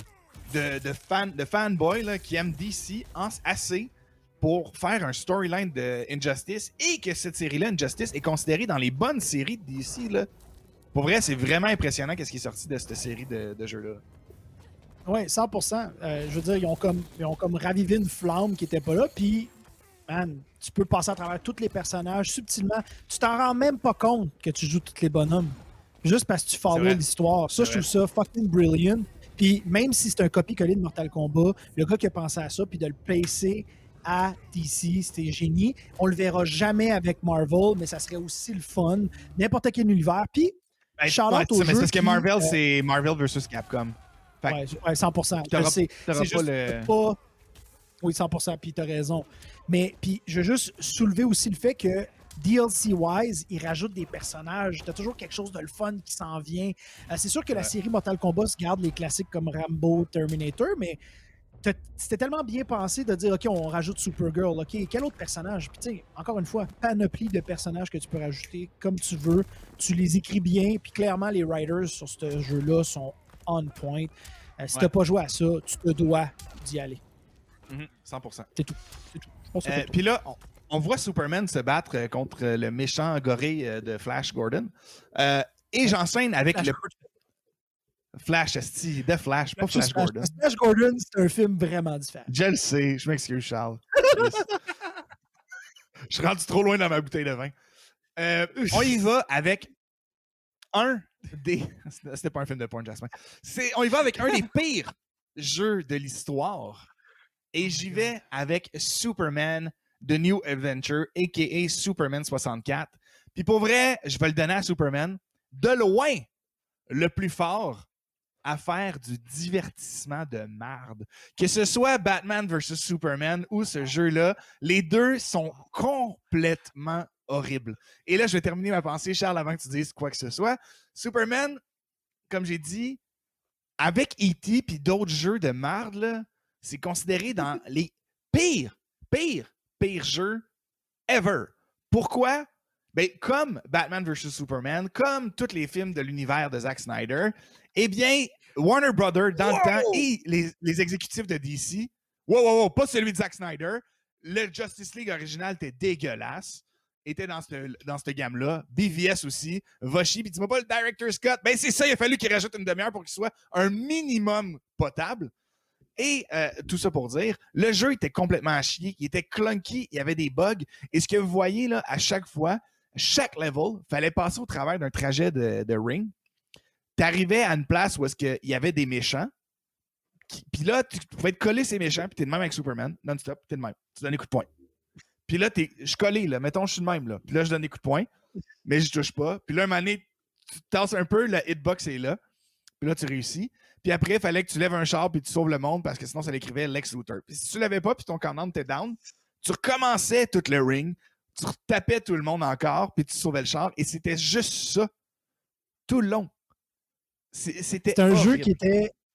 de fanboy là, qui aiment DC assez pour faire un storyline de Injustice et que cette série-là, Injustice, est considérée dans les bonnes séries de DC. Là. Pour vrai, c'est vraiment impressionnant qu'est-ce qui est sorti de cette série de jeux-là. Oui, 100%. Je veux dire, ils ont comme ravivé une flamme qui n'était pas là, puis, man, tu peux passer à travers tous les personnages subtilement. Tu t'en rends même pas compte que tu joues tous les bonhommes. Juste parce que tu follow l'histoire. Ça, je trouve ça fucking brilliant. Puis même si c'est un copie-collé de Mortal Kombat, le gars qui a pensé à ça, puis de le placer à DC, c'était génie. On le verra jamais avec Marvel, mais ça serait aussi le fun. N'importe quel univers. Puis, shout-out au jeu. Mais c'est parce que Marvel, c'est Marvel versus Capcom. Ouais, 100%. Oui, 100%, puis t'as raison. Mais puis je veux juste soulever aussi le fait que DLC-wise, ils rajoutent des personnages. T'as toujours quelque chose de le fun qui s'en vient. C'est sûr que la série Mortal Kombat se garde les classiques comme Rambo, Terminator, mais c'était tellement bien pensé de dire, OK, on rajoute Supergirl, OK, quel autre personnage? Puis tu sais, encore une fois, panoplie de personnages que tu peux rajouter comme tu veux. Tu les écris bien, puis clairement, les writers sur ce jeu-là sont on point. Si t'as pas joué à ça, tu te dois d'y aller. 100%. C'est tout. Puis là, on voit Superman se battre contre le méchant gorille de Flash Gordon. Et j'enchaîne avec Flash, de Flash, pas Flash Gordon. Flash Gordon, c'est un film vraiment différent. Je le sais, je m'excuse, Charles. Je suis rendu trop loin dans ma bouteille de vin. On y va avec un des... C'était pas un film de porn, Jasmin. On y va avec un des pires jeux de l'histoire. Et j'y vais avec Superman The New Adventure, a.k.a. Superman 64. Puis pour vrai, je vais le donner à Superman. De loin, le plus fort à faire du divertissement de marde. Que ce soit Batman vs Superman ou ce jeu-là, les deux sont complètement horribles. Et là, je vais terminer ma pensée, Charles, avant que tu dises quoi que ce soit. Superman, comme j'ai dit, avec E.T. puis d'autres jeux de marde, là, c'est considéré dans les pires jeux ever. Pourquoi? Ben, comme Batman vs Superman, comme tous les films de l'univers de Zack Snyder, eh bien, Warner Brothers, dans le temps, et les exécutifs de DC, pas celui de Zack Snyder, le Justice League original était dégueulasse, était dans cette gamme-là, BVS aussi, Voshi, puis dis-moi pas le Director's Cut, ben c'est ça, il a fallu qu'il rajoute une demi-heure pour qu'il soit un minimum potable. Et tout ça pour dire, le jeu était complètement à chier, il était clunky, il y avait des bugs. Et ce que vous voyez là, à chaque fois, chaque level, il fallait passer au travers d'un trajet de ring. Tu arrivais à une place où il y avait des méchants. Puis là, tu pouvais te coller ces méchants, puis tu es de même avec Superman, non-stop, tu es de même. Tu donnes des coups de poing. Puis là, je suis collé, là. Mettons, je suis de même. Là. Puis là, je donne des coups de poing, mais je touche pas. Puis là, un moment donné, tu tasses un peu, la hitbox est là. Puis là, tu réussis. Puis après, il fallait que tu lèves un char puis tu sauves le monde parce que sinon, ça l'écrivait Lex Luthor. Puis si tu ne l'avais pas puis ton commandant était down, tu recommençais tout le ring, tu retapais tout le monde encore puis tu sauvais le char. Et c'était juste ça. Tout le long. C'était un horrible. jeu qui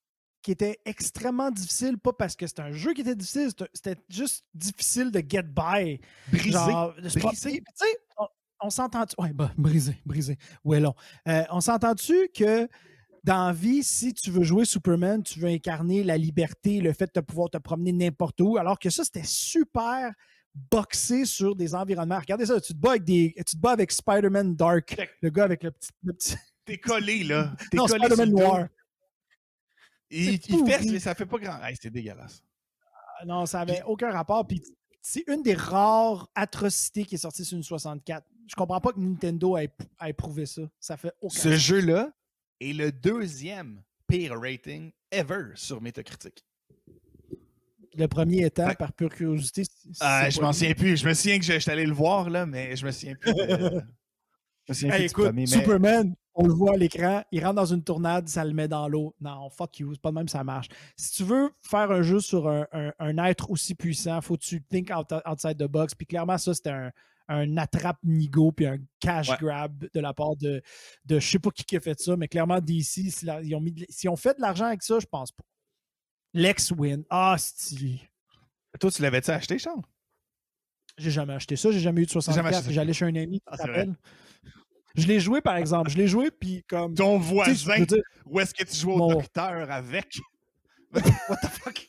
qui était extrêmement difficile, pas parce que c'était un jeu qui était difficile, c'était juste difficile de get by. Brisé. Genre, Brisé. Tu sais, on s'entend-tu... Ouais, brisé. Ouais, long. On s'entend-tu que dans la vie, si tu veux jouer Superman, tu veux incarner la liberté, le fait de pouvoir te promener n'importe où, alors que ça, c'était super boxé sur des environnements. Regardez ça, tu te bats avec Spider-Man Dark, le gars avec le petit... T'es collé, là. T'es Non, collé Spider-Man sur le dos. noir. Il fesse, mais ça fait pas grand... Hey, c'est dégueulasse. Non, ça n'avait aucun rapport. Puis c'est une des rares atrocités qui est sortie sur une 64. Je comprends pas que Nintendo ait éprouvé ça. Ça fait aucun Ce sens. jeu-là est le 2e pire rating ever sur Metacritic. Le premier étant, Ouais. par pure curiosité... Je m'en souviens plus. Je me souviens que j'étais allé le voir, là, mais je me souviens plus. Je me souviens plus Hey, du écoute, premier, mais- Superman, on le voit à l'écran, il rentre dans une tournade, ça le met dans l'eau. Non, fuck you, c'est pas de même ça marche. Si tu veux faire un jeu sur un être aussi puissant, faut que tu think outside the box. Puis clairement, ça, c'était un attrape-nigo puis un cash grab de la part de je sais pas qui a fait ça, mais clairement, DC, s'ils ont fait de l'argent avec ça, je pense pas. Lex Win. Ah, stylé. Toi, tu l'avais-tu acheté, Charles? J'ai jamais acheté ça, j'ai jamais eu de Jamais 64. acheté ça. J'allais chez un ami, Ah, tu te c'est vrai. rappelles? Je l'ai joué, par exemple. Je l'ai joué, puis comme... Ton Tu sais, je voisin, veux dire, où est-ce que tu joues au Mon- docteur avec? What the fuck?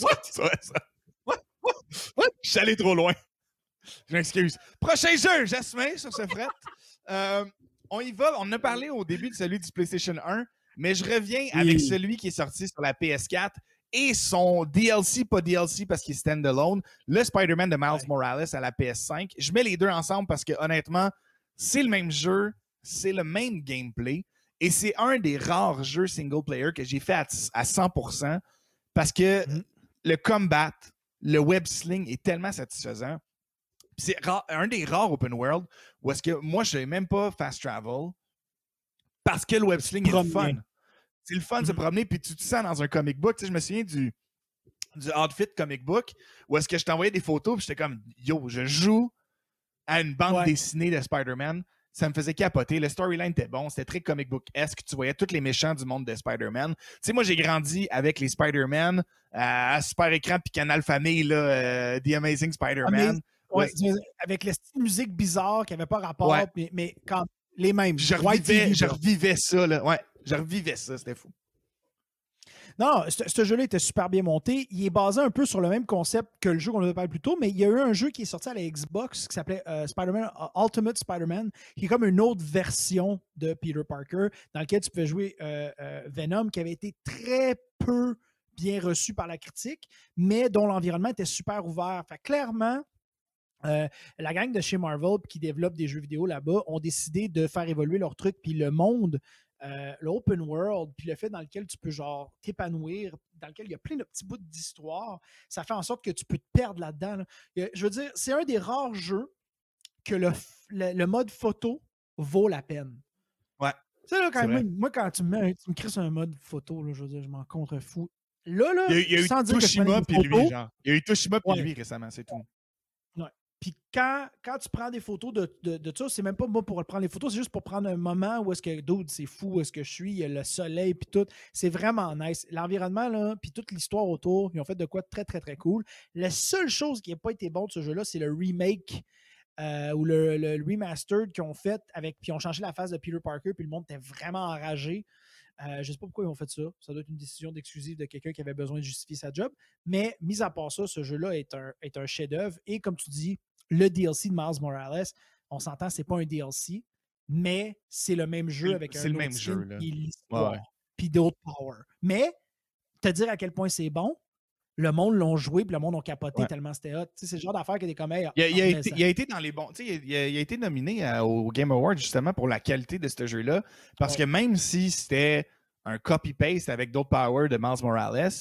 What? Je suis allé trop loin. Je m'excuse. Prochain jeu, Jasmin, sur ce fret. On y va. On en a parlé au début de celui du PlayStation 1, mais je reviens avec celui qui est sorti sur la PS4 et son DLC, pas DLC parce qu'il est standalone, le Spider-Man de Miles Morales à la PS5. Je mets les deux ensemble parce que honnêtement, c'est le même jeu, c'est le même gameplay et c'est un des rares jeux single player que j'ai fait à 100% parce que le combat, le web sling est tellement satisfaisant. C'est un des rares open world où est-ce que moi, je n'ai même pas fast travel parce que le web sling est le fun. C'est le fun de se promener, puis tu te sens dans un comic book. Tu sais, je me souviens du outfit comic book où est-ce que je t'envoyais des photos, puis j'étais comme, yo, je joue à une bande dessinée de Spider-Man. Ça me faisait capoter. Le storyline était bon. C'était très comic book-esque. Tu voyais tous les méchants du monde de Spider-Man. Tu sais, moi, j'ai grandi avec les Spider-Man à Super Écran puis Canal Famille, là, The Amazing Spider-Man. Avec le style musique bizarre qui n'avait pas rapport, mais quand les mêmes. Je revivais ça, là. Ouais, je revivais ça. C'était fou. Non, ce jeu-là était super bien monté. Il est basé un peu sur le même concept que le jeu qu'on avait parlé plus tôt, mais il y a eu un jeu qui est sorti à la Xbox qui s'appelait Spider-Man Ultimate Spider-Man, qui est comme une autre version de Peter Parker, dans lequel tu peux jouer Venom, qui avait été très peu bien reçu par la critique, mais dont l'environnement était super ouvert. Fait clairement, la gang de chez Marvel qui développe des jeux vidéo là-bas ont décidé de faire évoluer leur truc, puis le monde, l'open world, puis le fait dans lequel tu peux genre t'épanouir, dans lequel il y a plein de petits bouts d'histoire, ça fait en sorte que tu peux te perdre là-dedans. Là. Je veux dire, c'est un des rares jeux que le mode photo vaut la peine. Ouais. Tu sais, là, quand tu me crisses un mode photo, là, je veux dire, je m'en contrefous. Là, il y a eu Toshima puis lui, genre. Il y a eu Toshima puis lui récemment, c'est tout. Puis quand tu prends des photos de ça, c'est même pas moi pour prendre les photos, c'est juste pour prendre un moment où est-ce que, dude, c'est fou, où est-ce que je suis, il y a le soleil, puis tout. C'est vraiment nice. L'environnement, là, puis toute l'histoire autour, ils ont fait de quoi de très, très, très cool. La seule chose qui n'a pas été bon de ce jeu-là, c'est le remake ou le remastered qu'ils ont fait, puis ils ont changé la face de Peter Parker, puis le monde était vraiment enragé. Je ne sais pas pourquoi ils ont fait ça. Ça doit être une décision d'exclusive de quelqu'un qui avait besoin de justifier sa job. Mais, mis à part ça, ce jeu-là est un chef-d'œuvre. Et comme tu dis, le DLC de Miles Morales, on s'entend, c'est pas un DLC, mais c'est le même jeu avec un autre style, puis l'histoire, puis d'autres powers. Mais, te dire à quel point c'est bon, le monde l'ont joué, puis le monde ont capoté tellement c'était hot. T'sais, c'est le genre d'affaire qui est comme... Hey, il a été dans les bons... Il a été nominé au Game Awards, justement, pour la qualité de ce jeu-là, parce que même si c'était un copy-paste avec d'autres powers de Miles Morales,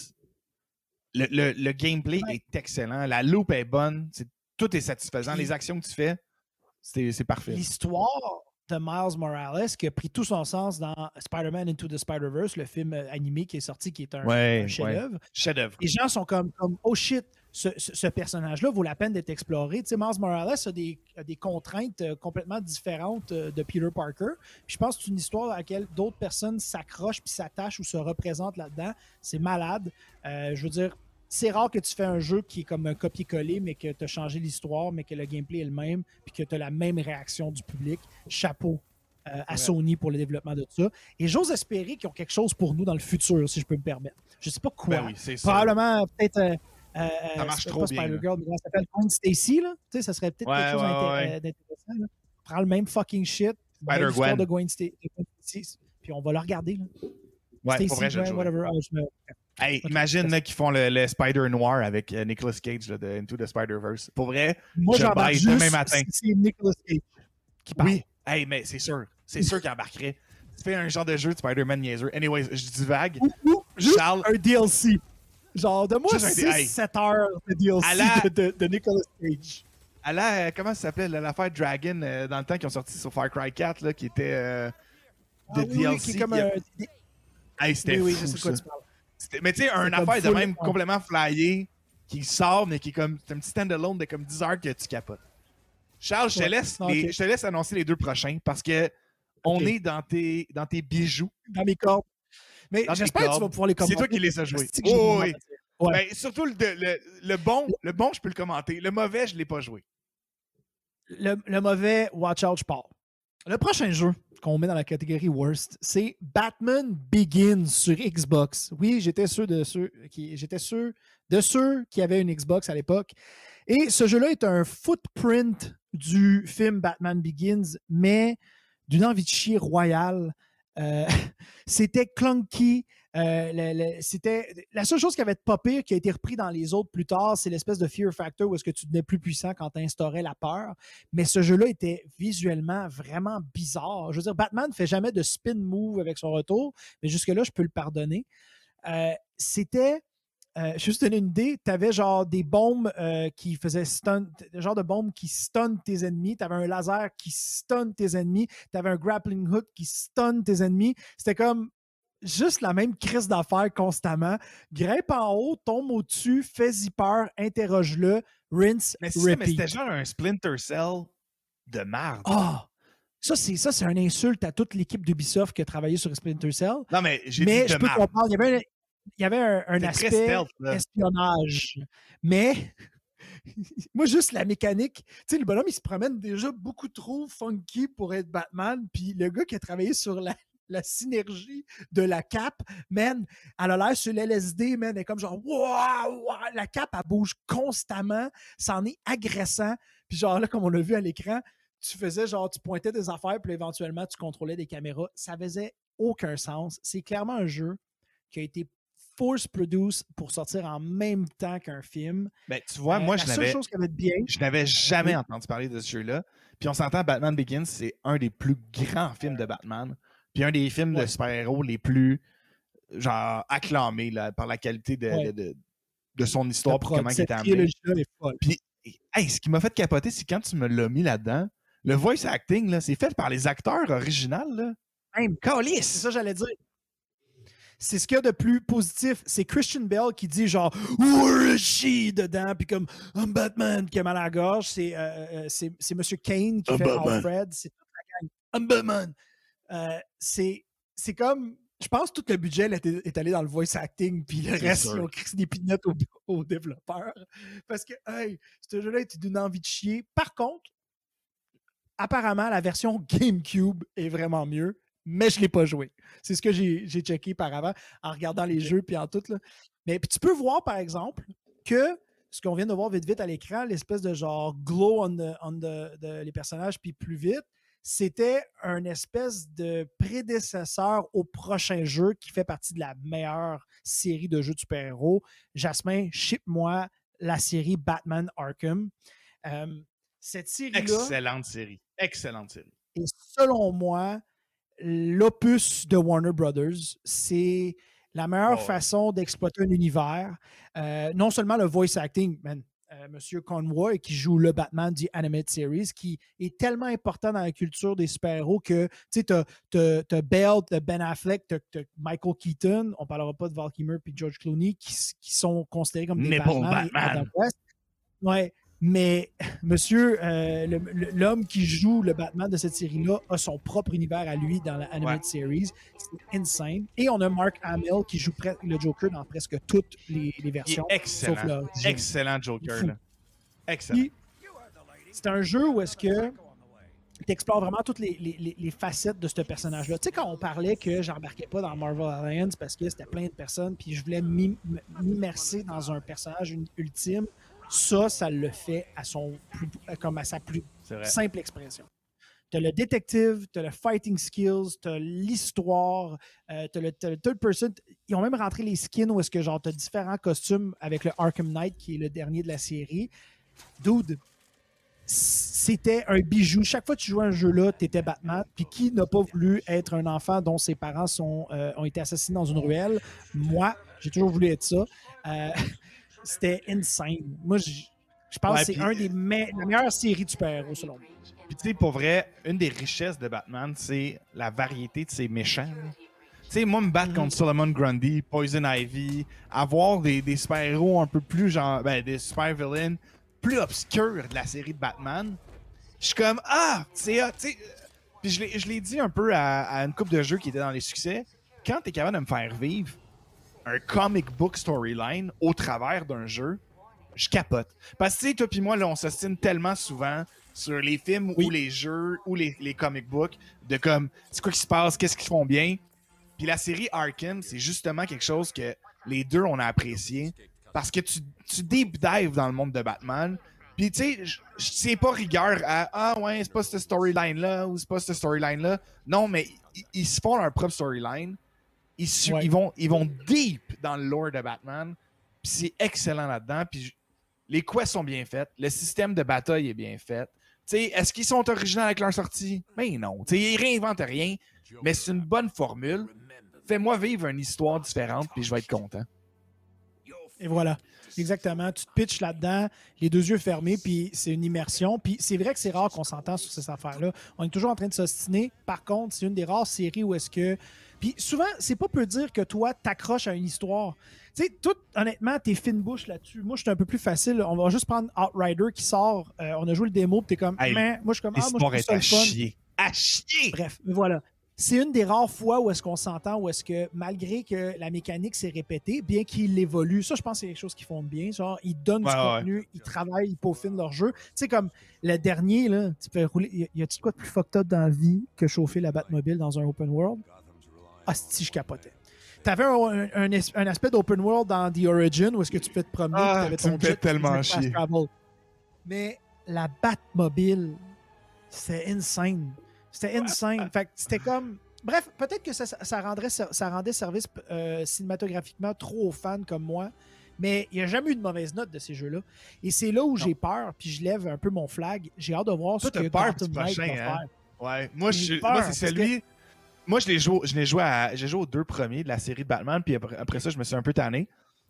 le gameplay est excellent, la loupe est bonne, tout est satisfaisant. Les actions que tu fais, c'est parfait. L'histoire t'as Miles Morales qui a pris tout son sens dans Spider-Man Into the Spider-Verse, le film animé qui est sorti, qui est un chef-d'œuvre. Chef-d'œuvre. Les gens sont comme oh shit, ce personnage-là vaut la peine d'être exploré. Tu sais, Miles Morales a des contraintes complètement différentes de Peter Parker. Puis je pense que c'est une histoire à laquelle d'autres personnes s'accrochent puis s'attachent ou se représentent là-dedans. C'est malade. Je veux dire, c'est rare que tu fais un jeu qui est comme un copier-coller, mais que tu as changé l'histoire, mais que le gameplay est le même, puis que tu as la même réaction du public. Chapeau à Sony pour le développement de ça. Et j'ose espérer qu'ils ont quelque chose pour nous dans le futur, si je peux me permettre. Je sais pas quoi. Ben oui, c'est ça. Probablement, peut-être... ça marche trop pas bien. Spider-Girl, mais ça s'appelle Gwen Stacy, là. Tu sais, ça serait peut-être quelque chose d'intéressant. Là. Prends le même fucking shit. Spider-Gwen. De Gwen Stacy, puis on va le regarder, là. Ouais, Stacy, pour vrai, je whatever. Hey, imagine là, qu'ils font le Spider Noir avec Nicolas Cage là, de Into the Spider-Verse. Pour vrai, moi, je baille demain matin. C'est Nicolas Cage qui parle. Oui, hey, mais c'est sûr. C'est sûr qu'il embarquerait. Tu fais un genre de jeu de Spider-Man niaiseux. Anyways, je divague. Ou juste Charles, un DLC. Genre, de moi, Juste un- 6-7 heures de DLC de Nicolas Cage. à la, comment ça s'appelait, l'affaire Dragon dans le temps qui ont sorti sur Far Cry 4, là, qui était de DLC. Oui, qui est comme un... Hey, c'était Oui, fou, je sais quoi ça. tu parles. Mais tu sais, un C'est comme affaire de full, même ouais. complètement flyé qui sort, mais qui est comme. C'est un petit stand-alone de comme 10 heures que tu capotes. Charles, je te Ouais. laisse, Ok. je te laisse annoncer les deux prochains parce que on Ok. est dans tes bijoux. Dans mes cordes. Mais Dans tes j'espère que tu cordes. vas pouvoir les commenter. C'est toi qui les as joués. C'est que j'ai des Oh, moments oui. à dire. Ouais. Ben, surtout le bon, je peux le commenter. Le mauvais, je ne l'ai pas joué. Le mauvais, watch out, je pars. Le prochain jeu qu'on met dans la catégorie Worst, c'est Batman Begins sur Xbox. Oui, j'étais sûr de ceux qui avaient une Xbox à l'époque. Et ce jeu-là est un footprint du film Batman Begins, mais d'une envie de chier royale. C'était clunky. C'était la seule chose qui avait pas pire, qui a été repris dans les autres plus tard, c'est l'espèce de fear factor où est-ce que tu devenais plus puissant quand tu instaurais la peur. Mais ce jeu-là était visuellement vraiment bizarre. Je veux dire, Batman ne fait jamais de spin move avec son retour, mais jusque-là, je peux le pardonner. C'était... juste donner une idée, tu avais genre des bombes qui faisaient stun, genre de bombes qui stun tes ennemis, tu avais un laser qui stun tes ennemis, tu avais un grappling hook qui stun tes ennemis. C'était comme juste la même crise d'affaires constamment. Grimpe en haut, tombe au-dessus, fais-y peur, interroge-le, rinse, Mais c'est ça, mais repeat. c'était genre un Splinter Cell de merde. Ah! Ça, c'est une insulte à toute l'équipe d'Ubisoft qui a travaillé sur Splinter Cell. Non, mais j'ai Mais dit je de peux merde. comprendre. Il y avait un C'est très aspect stealth, là. espionnage. Mais moi, juste la mécanique. Tu sais, le bonhomme, il se promène déjà beaucoup trop funky pour être Batman. Puis le gars qui a travaillé sur la synergie de la cape, man, elle a l'air sur l'LSD, man, elle est comme genre, wow, la cape, elle bouge constamment. Ça en est agressant. Puis genre là, comme on l'a vu à l'écran, tu faisais genre, tu pointais des affaires, puis éventuellement, tu contrôlais des caméras. Ça faisait aucun sens. C'est clairement un jeu qui a été force-produce pour sortir en même temps qu'un film. Ben, tu vois, moi, la seule chose qui avait de bien... je n'avais jamais entendu parler de ce jeu-là. Puis on s'entend, Batman Begins, c'est un des plus grands films de Batman. Puis un des films de super-héros les plus genre acclamés là, par la qualité de son histoire pour comment il est amené. Puis, hey, ce qui m'a fait capoter, c'est quand tu me l'as mis là-dedans, le voice acting, là, c'est fait par les acteurs originaux. Là. Même, c'est ça que j'allais dire. C'est ce qu'il y a de plus positif. C'est Christian Bale qui dit genre « Where is she? » dedans, puis comme « I'm Batman » qui a mal à la gorge. C'est Monsieur Kane qui fait Batman. Alfred. C'est toute la gang. « I'm Batman ». C'est comme... Je pense que tout le budget est allé dans le voice acting, puis le reste, sûr. ils ont crissé des pignottes aux développeurs. Parce que, hey, ce jeu-là était d'une envie de chier. Par contre, apparemment, la version GameCube est vraiment mieux, mais je ne l'ai pas joué. C'est ce que j'ai checké par avant en regardant les jeux puis en tout. Là. Mais puis tu peux voir, par exemple, que ce qu'on vient de voir vite à l'écran, l'espèce de genre glow les personnages, puis plus vite, c'était un espèce de prédécesseur au prochain jeu qui fait partie de la meilleure série de jeux de super-héros. Jasmin, ship-moi la série Batman Arkham. Cette série-là... Excellente série. Excellente série. Et selon moi, l'opus de Warner Brothers, c'est la meilleure façon d'exploiter un univers. Non seulement le voice acting, man, Monsieur Conroy, qui joue le Batman du Animated Series, qui est tellement important dans la culture des super-héros que tu sais, t'as Bale, t'as Ben Affleck, t'as Michael Keaton, on parlera pas de Val Kilmer puis George Clooney, qui sont considérés comme des Batman. Et Adam West. Ouais. Mais monsieur, l'homme qui joue le Batman de cette série-là a son propre univers à lui dans la Animated Series. C'est insane. Et on a Mark Hamill qui joue le Joker dans presque toutes les versions. Excellent. Sauf le excellent Joker. Là. Excellent. C'est un jeu où est-ce que tu explores vraiment toutes les facettes de ce personnage-là. Tu sais, quand on parlait que j'embarquais pas dans Marvel Alliance parce que c'était plein de personnes puis je voulais m'immerser dans un personnage ultime, ça le fait à sa plus simple expression. Tu as le détective, tu as le fighting skills, tu as l'histoire, tu as le third person. Ils ont même rentré les skins où est-ce que genre tu as différents costumes avec le Arkham Knight qui est le dernier de la série. Dude, c'était un bijou. Chaque fois que tu jouais à un jeu-là, tu étais Batman. Puis qui n'a pas voulu être un enfant dont ses parents ont été assassinés dans une ruelle? Moi, j'ai toujours voulu être ça. C'était insane. Moi, je pense que c'est la meilleure série de super-héros, selon moi. Puis, tu sais, pour vrai, une des richesses de Batman, c'est la variété de ses méchants. Tu sais, moi, me battre contre Solomon Grundy, Poison Ivy, avoir des super-héros un peu plus, genre, des super-villains plus obscurs de la série de Batman, je suis comme, tu sais. Puis, je l'ai dit un peu à une couple de jeux qui étaient dans les succès. Quand t'es capable de me faire vivre un comic book storyline au travers d'un jeu, je capote. Parce que, tu sais, toi pis moi, là, on s'ostine tellement souvent sur les films ou les jeux ou les comic books de comme, c'est quoi qui se passe, qu'est-ce qu'ils font bien. Puis la série Arkham, c'est justement quelque chose que les deux, on a apprécié. Parce que tu deep dive dans le monde de Batman. Puis, tu sais, je tiens pas rigueur à ouais, c'est pas cette storyline-là ou c'est pas cette storyline-là. Non, mais ils se font leur propre storyline. Ils vont deep dans le lore de Batman. Puis c'est excellent là-dedans. Puis les quests sont bien faites. Le système de bataille est bien fait. T'sais, est-ce qu'ils sont originaux avec leur sortie? Ben non. T'sais, ils réinventent rien. Mais c'est une bonne formule. Fais-moi vivre une histoire différente, puis je vais être content. Et voilà. Exactement. Tu te pitches là-dedans, les deux yeux fermés, puis c'est une immersion. Puis c'est vrai que c'est rare qu'on s'entend sur ces affaires-là. On est toujours en train de s'ostiner. Par contre, c'est une des rares séries où est-ce que... Puis souvent, c'est pas peu dire que toi, t'accroches à une histoire. Tu sais, tout, honnêtement, t'es fine bouche là-dessus. Moi, je suis un peu plus facile. On va juste prendre Outrider qui sort. On a joué le démo, puis t'es comme... Hey, moi, je suis comme... moi, je trouve ça le fun. À chier! Bref, voilà. C'est une des rares fois où est-ce qu'on s'entend, où est-ce que, malgré que la mécanique s'est répétée, bien qu'il évolue, ça, je pense que c'est quelque chose qu'ils font bien. Genre, ils donnent du contenu, ils travaillent, ils peaufinent leur jeu. Tu sais, comme le dernier, là, tu peux rouler. Y a-tu quoi de plus fucked up dans la vie que chauffer la Batmobile dans un open world? Ah, si, je capotais. T'avais un aspect d'open world dans The Origin où est-ce que tu peux te promener. Tu me fais tellement chier. Mais la Batmobile, c'était insane. C'était insane. Fait que c'était comme... Bref, peut-être que ça rendait service cinématographiquement trop aux fans comme moi, mais il n'y a jamais eu de mauvaise note de ces jeux-là. Et c'est là où j'ai peur, puis je lève un peu mon flag. J'ai hâte de voir ce que Gotham Knight va faire. Ouais, moi c'est celui... Moi, j'ai joué aux deux premiers de la série de Batman, puis après ça, je me suis un peu tanné.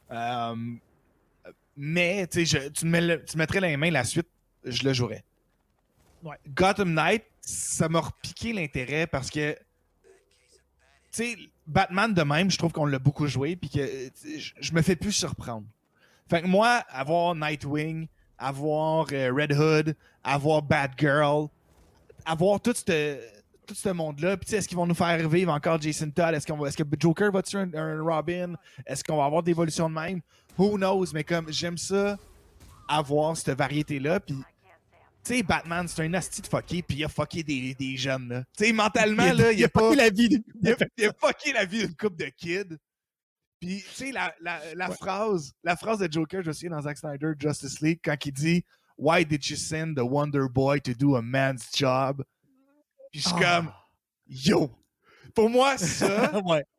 Mais, tu sais, tu mettrais les mains la suite, je le jouerais. Ouais. Gotham Knight, ça m'a repiqué l'intérêt parce que, tu sais, Batman de même, je trouve qu'on l'a beaucoup joué, puis que je me fais plus surprendre. Fait que moi, avoir Nightwing, avoir Red Hood, avoir Batgirl, avoir tout ce monde-là, puis tu sais, est-ce qu'ils vont nous faire vivre encore Jason Todd? Est-ce que Joker va tuer un Robin? Est-ce qu'on va avoir des évolutions de même? Who knows? Mais comme, j'aime ça, avoir cette variété-là, puis tu sais, Batman, c'est un asti de fucké, puis il a fucké des jeunes, là. Tu sais, mentalement, là, il a fucké la vie d'une couple de kids. Puis, tu sais, la phrase de Joker, je me souviens dans Zack Snyder, Justice League, quand il dit « Why did you send the Wonder Boy to do a man's job? » Puis je suis comme « Yo! » Pour moi, ça,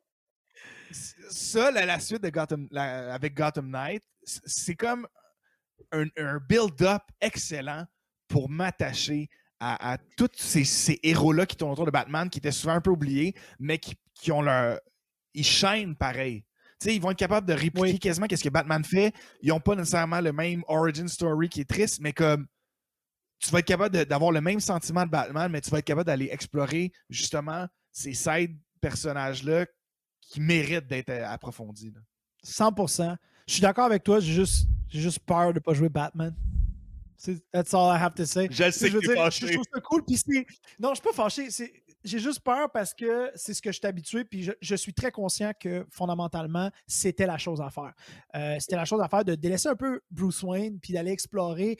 la suite de avec Gotham Knight, c'est comme un build-up excellent pour m'attacher à tous ces héros-là qui tournent autour de Batman, qui étaient souvent un peu oubliés, mais qui ont leur... Ils chaînent pareil. Tu sais, ils vont être capables de répliquer quasiment ce que Batman fait. Ils n'ont pas nécessairement le même origin story qui est triste, mais comme tu vas être capable d'avoir le même sentiment de Batman, mais tu vas être capable d'aller explorer justement ces side personnages-là qui méritent d'être approfondis. Là. 100%. Je suis d'accord avec toi, j'ai juste peur de ne pas jouer Batman. That's all I have to say. Je sais que tu es fâché. Je trouve ça cool. Puis non, je suis pas fâché. J'ai juste peur parce que c'est ce que je suis habitué. Puis je suis très conscient que fondamentalement, c'était la chose à faire. C'était la chose à faire de délaisser un peu Bruce Wayne puis d'aller explorer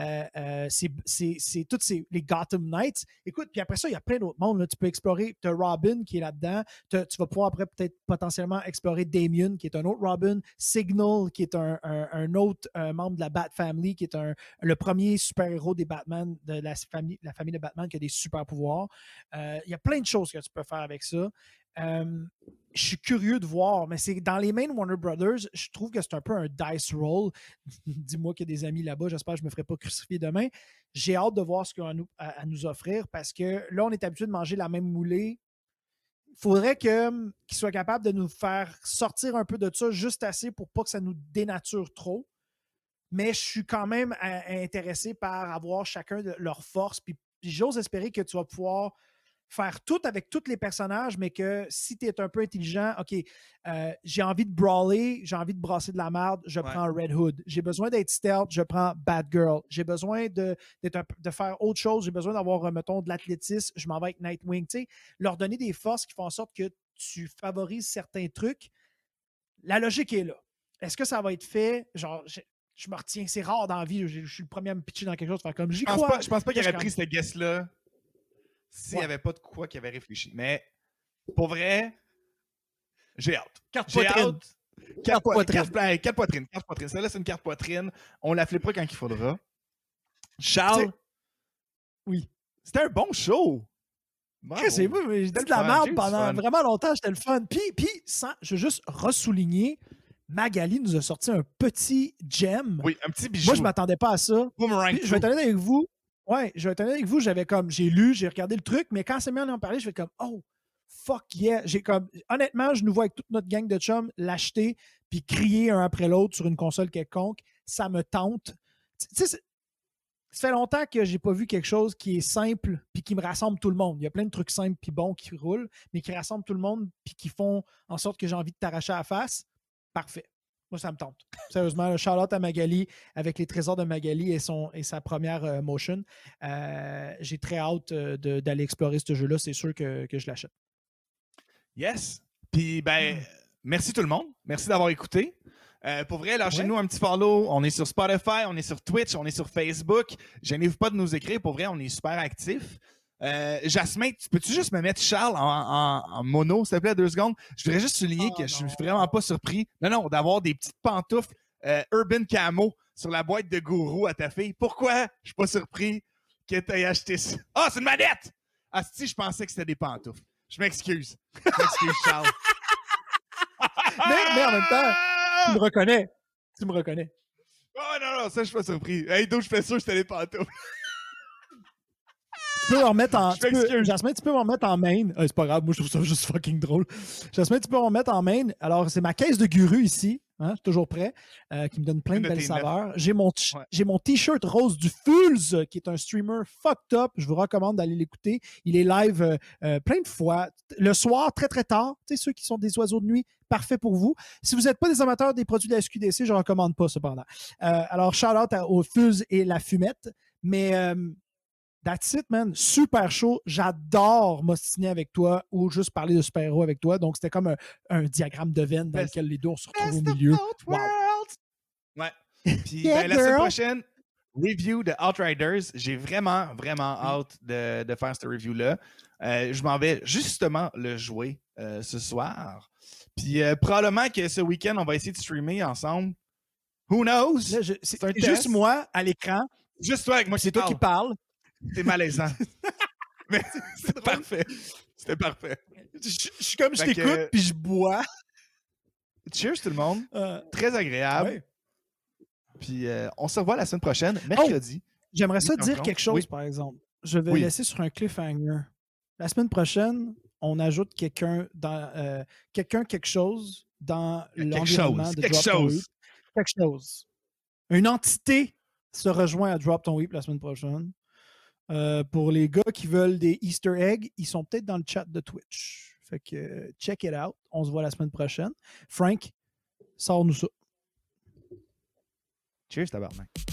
les Gotham Knights. Écoute, puis après ça, il y a plein d'autres mondes. Là. Tu peux explorer. Tu as Robin qui est là-dedans. Tu vas pouvoir après peut-être potentiellement explorer Damien qui est un autre Robin. Signal qui est un autre membre de la Bat Family qui est le premier super-héros des Batman, de la famille de Batman qui a des super-pouvoirs. Il y a plein de choses que tu peux faire avec ça. Je suis curieux de voir, mais c'est dans les mains Warner Brothers, je trouve que c'est un peu un dice roll. Dis-moi qu'il y a des amis là-bas, j'espère que je ne me ferai pas crucifier demain. J'ai hâte de voir ce qu'ils ont à nous offrir parce que là, on est habitué de manger la même moulée. Il faudrait qu'ils soient capables de nous faire sortir un peu de ça juste assez pour pas que ça nous dénature trop. Mais je suis quand même intéressé par avoir chacun de leurs forces. Puis j'ose espérer que tu vas pouvoir faire tout avec tous les personnages, mais que si tu es un peu intelligent, OK, j'ai envie de brawler, j'ai envie de brasser de la merde, je prends Red Hood. J'ai besoin d'être stealth, je prends Batgirl. J'ai besoin de faire autre chose, j'ai besoin d'avoir, mettons, de l'athlétisme, je m'en vais avec Nightwing. Tu sais, leur donner des forces qui font en sorte que tu favorises certains trucs. La logique est là. Est-ce que ça va être fait? Genre, je me retiens. C'est rare dans la vie. Je suis le premier à me pitcher dans quelque chose. Faire comme j'y crois. Je pense pas qu'il aurait pris cette guest-là s'il n'y avait pas de quoi qu'il avait réfléchi. Mais pour vrai, j'ai hâte. Carte poitrine. Carte poitrine. Celle-là, c'est une carte poitrine. On la flippera quand il faudra. Charles. Oui. C'était un bon show. C'est moi, j'ai dit de la merde pendant vraiment longtemps. C'était le fun. Puis je veux juste ressouligner. Magali nous a sorti un petit gem. Oui, un petit bijou. Moi, je ne m'attendais pas à ça. Boomerang. Je vais être honnête avec vous. Ouais, je vais être honnête avec vous. J'ai lu, j'ai regardé le truc, mais quand c'est mis à en parler, je fais comme, oh, fuck yeah. Honnêtement, je nous vois avec toute notre gang de chums l'acheter puis crier un après l'autre sur une console quelconque. Ça me tente. Tu sais, ça fait longtemps que j'ai pas vu quelque chose qui est simple puis qui me rassemble tout le monde. Il y a plein de trucs simples puis bons qui roulent, mais qui rassemblent tout le monde puis qui font en sorte que j'ai envie de t'arracher à la face. Parfait. Moi, ça me tente. Sérieusement, le shout-out à Magali avec les trésors de Magali et sa première motion. J'ai très hâte d'aller explorer ce jeu-là. C'est sûr que je l'achète. Yes. Puis, merci tout le monde. Merci d'avoir écouté. Pour vrai, lâchez-nous un petit follow. On est sur Spotify, on est sur Twitch, on est sur Facebook. Gênez-vous pas de nous écrire. Pour vrai, on est super actifs. Jasmin, peux-tu juste me mettre Charles en mono, s'il te plaît, 2 secondes? Je voudrais juste souligner que je suis vraiment pas surpris. Non, d'avoir des petites pantoufles Urban Camo sur la boîte de gourou à ta fille. Pourquoi je suis pas surpris que tu aies acheté ça? Ah, c'est une manette! Ah, si, je pensais que c'était des pantoufles. Je m'excuse. Charles. mais en même temps, tu me reconnais. Oh non, ça, je suis pas surpris. Hey, donc, je fais sûr que c'était des pantoufles. Tu peux en remettre en. Jasmin, tu peux en remettre en main. C'est pas grave, moi je trouve ça juste fucking drôle. Jasmin, tu peux en remettre en main. Alors, c'est ma caisse de guru ici, hein, toujours prêt, qui me donne plein de belles saveurs. J'ai mon t-shirt rose du Fulz, qui est un streamer fucked up. Je vous recommande d'aller l'écouter. Il est live plein de fois. Le soir, très très tard. Tu sais, ceux qui sont des oiseaux de nuit, parfait pour vous. Si vous n'êtes pas des amateurs des produits de la SQDC, je ne recommande pas cependant. Alors, shout-out au Fulz et la fumette. Mais. That's it, man. Super chaud. J'adore m'ostiner avec toi ou juste parler de super-héros avec toi. Donc, c'était comme un diagramme de Venn dans lequel les deux on se retrouve au milieu. Wow. Ouais. Puis la semaine prochaine, review de Outriders. J'ai vraiment, vraiment hâte de faire cette review-là. Je m'en vais justement le jouer ce soir. Puis probablement que ce week-end, on va essayer de streamer ensemble. Who knows? C'est juste moi à l'écran. Juste toi avec moi. C'est toi qui parles. C'est malaisant. Mais c'était parfait. C'était parfait. Je suis comme je t'écoute puis je bois. Cheers tout le monde. Très agréable. Ouais. Puis on se revoit la semaine prochaine, mercredi. J'aimerais ça dire quelque chose, par exemple. Je vais laisser sur un cliffhanger. La semaine prochaine, on ajoute quelqu'un quelque chose dans Quelque l'environnement chose, de quelque Drop Ton chose. Weep. Quelque chose. Une entité se rejoint à Drop Ton Weep la semaine prochaine. Pour les gars qui veulent des Easter eggs, ils sont peut-être dans le chat de Twitch. Fait que check it out. On se voit la semaine prochaine. Frank, sors-nous ça. Cheers, tabarnak.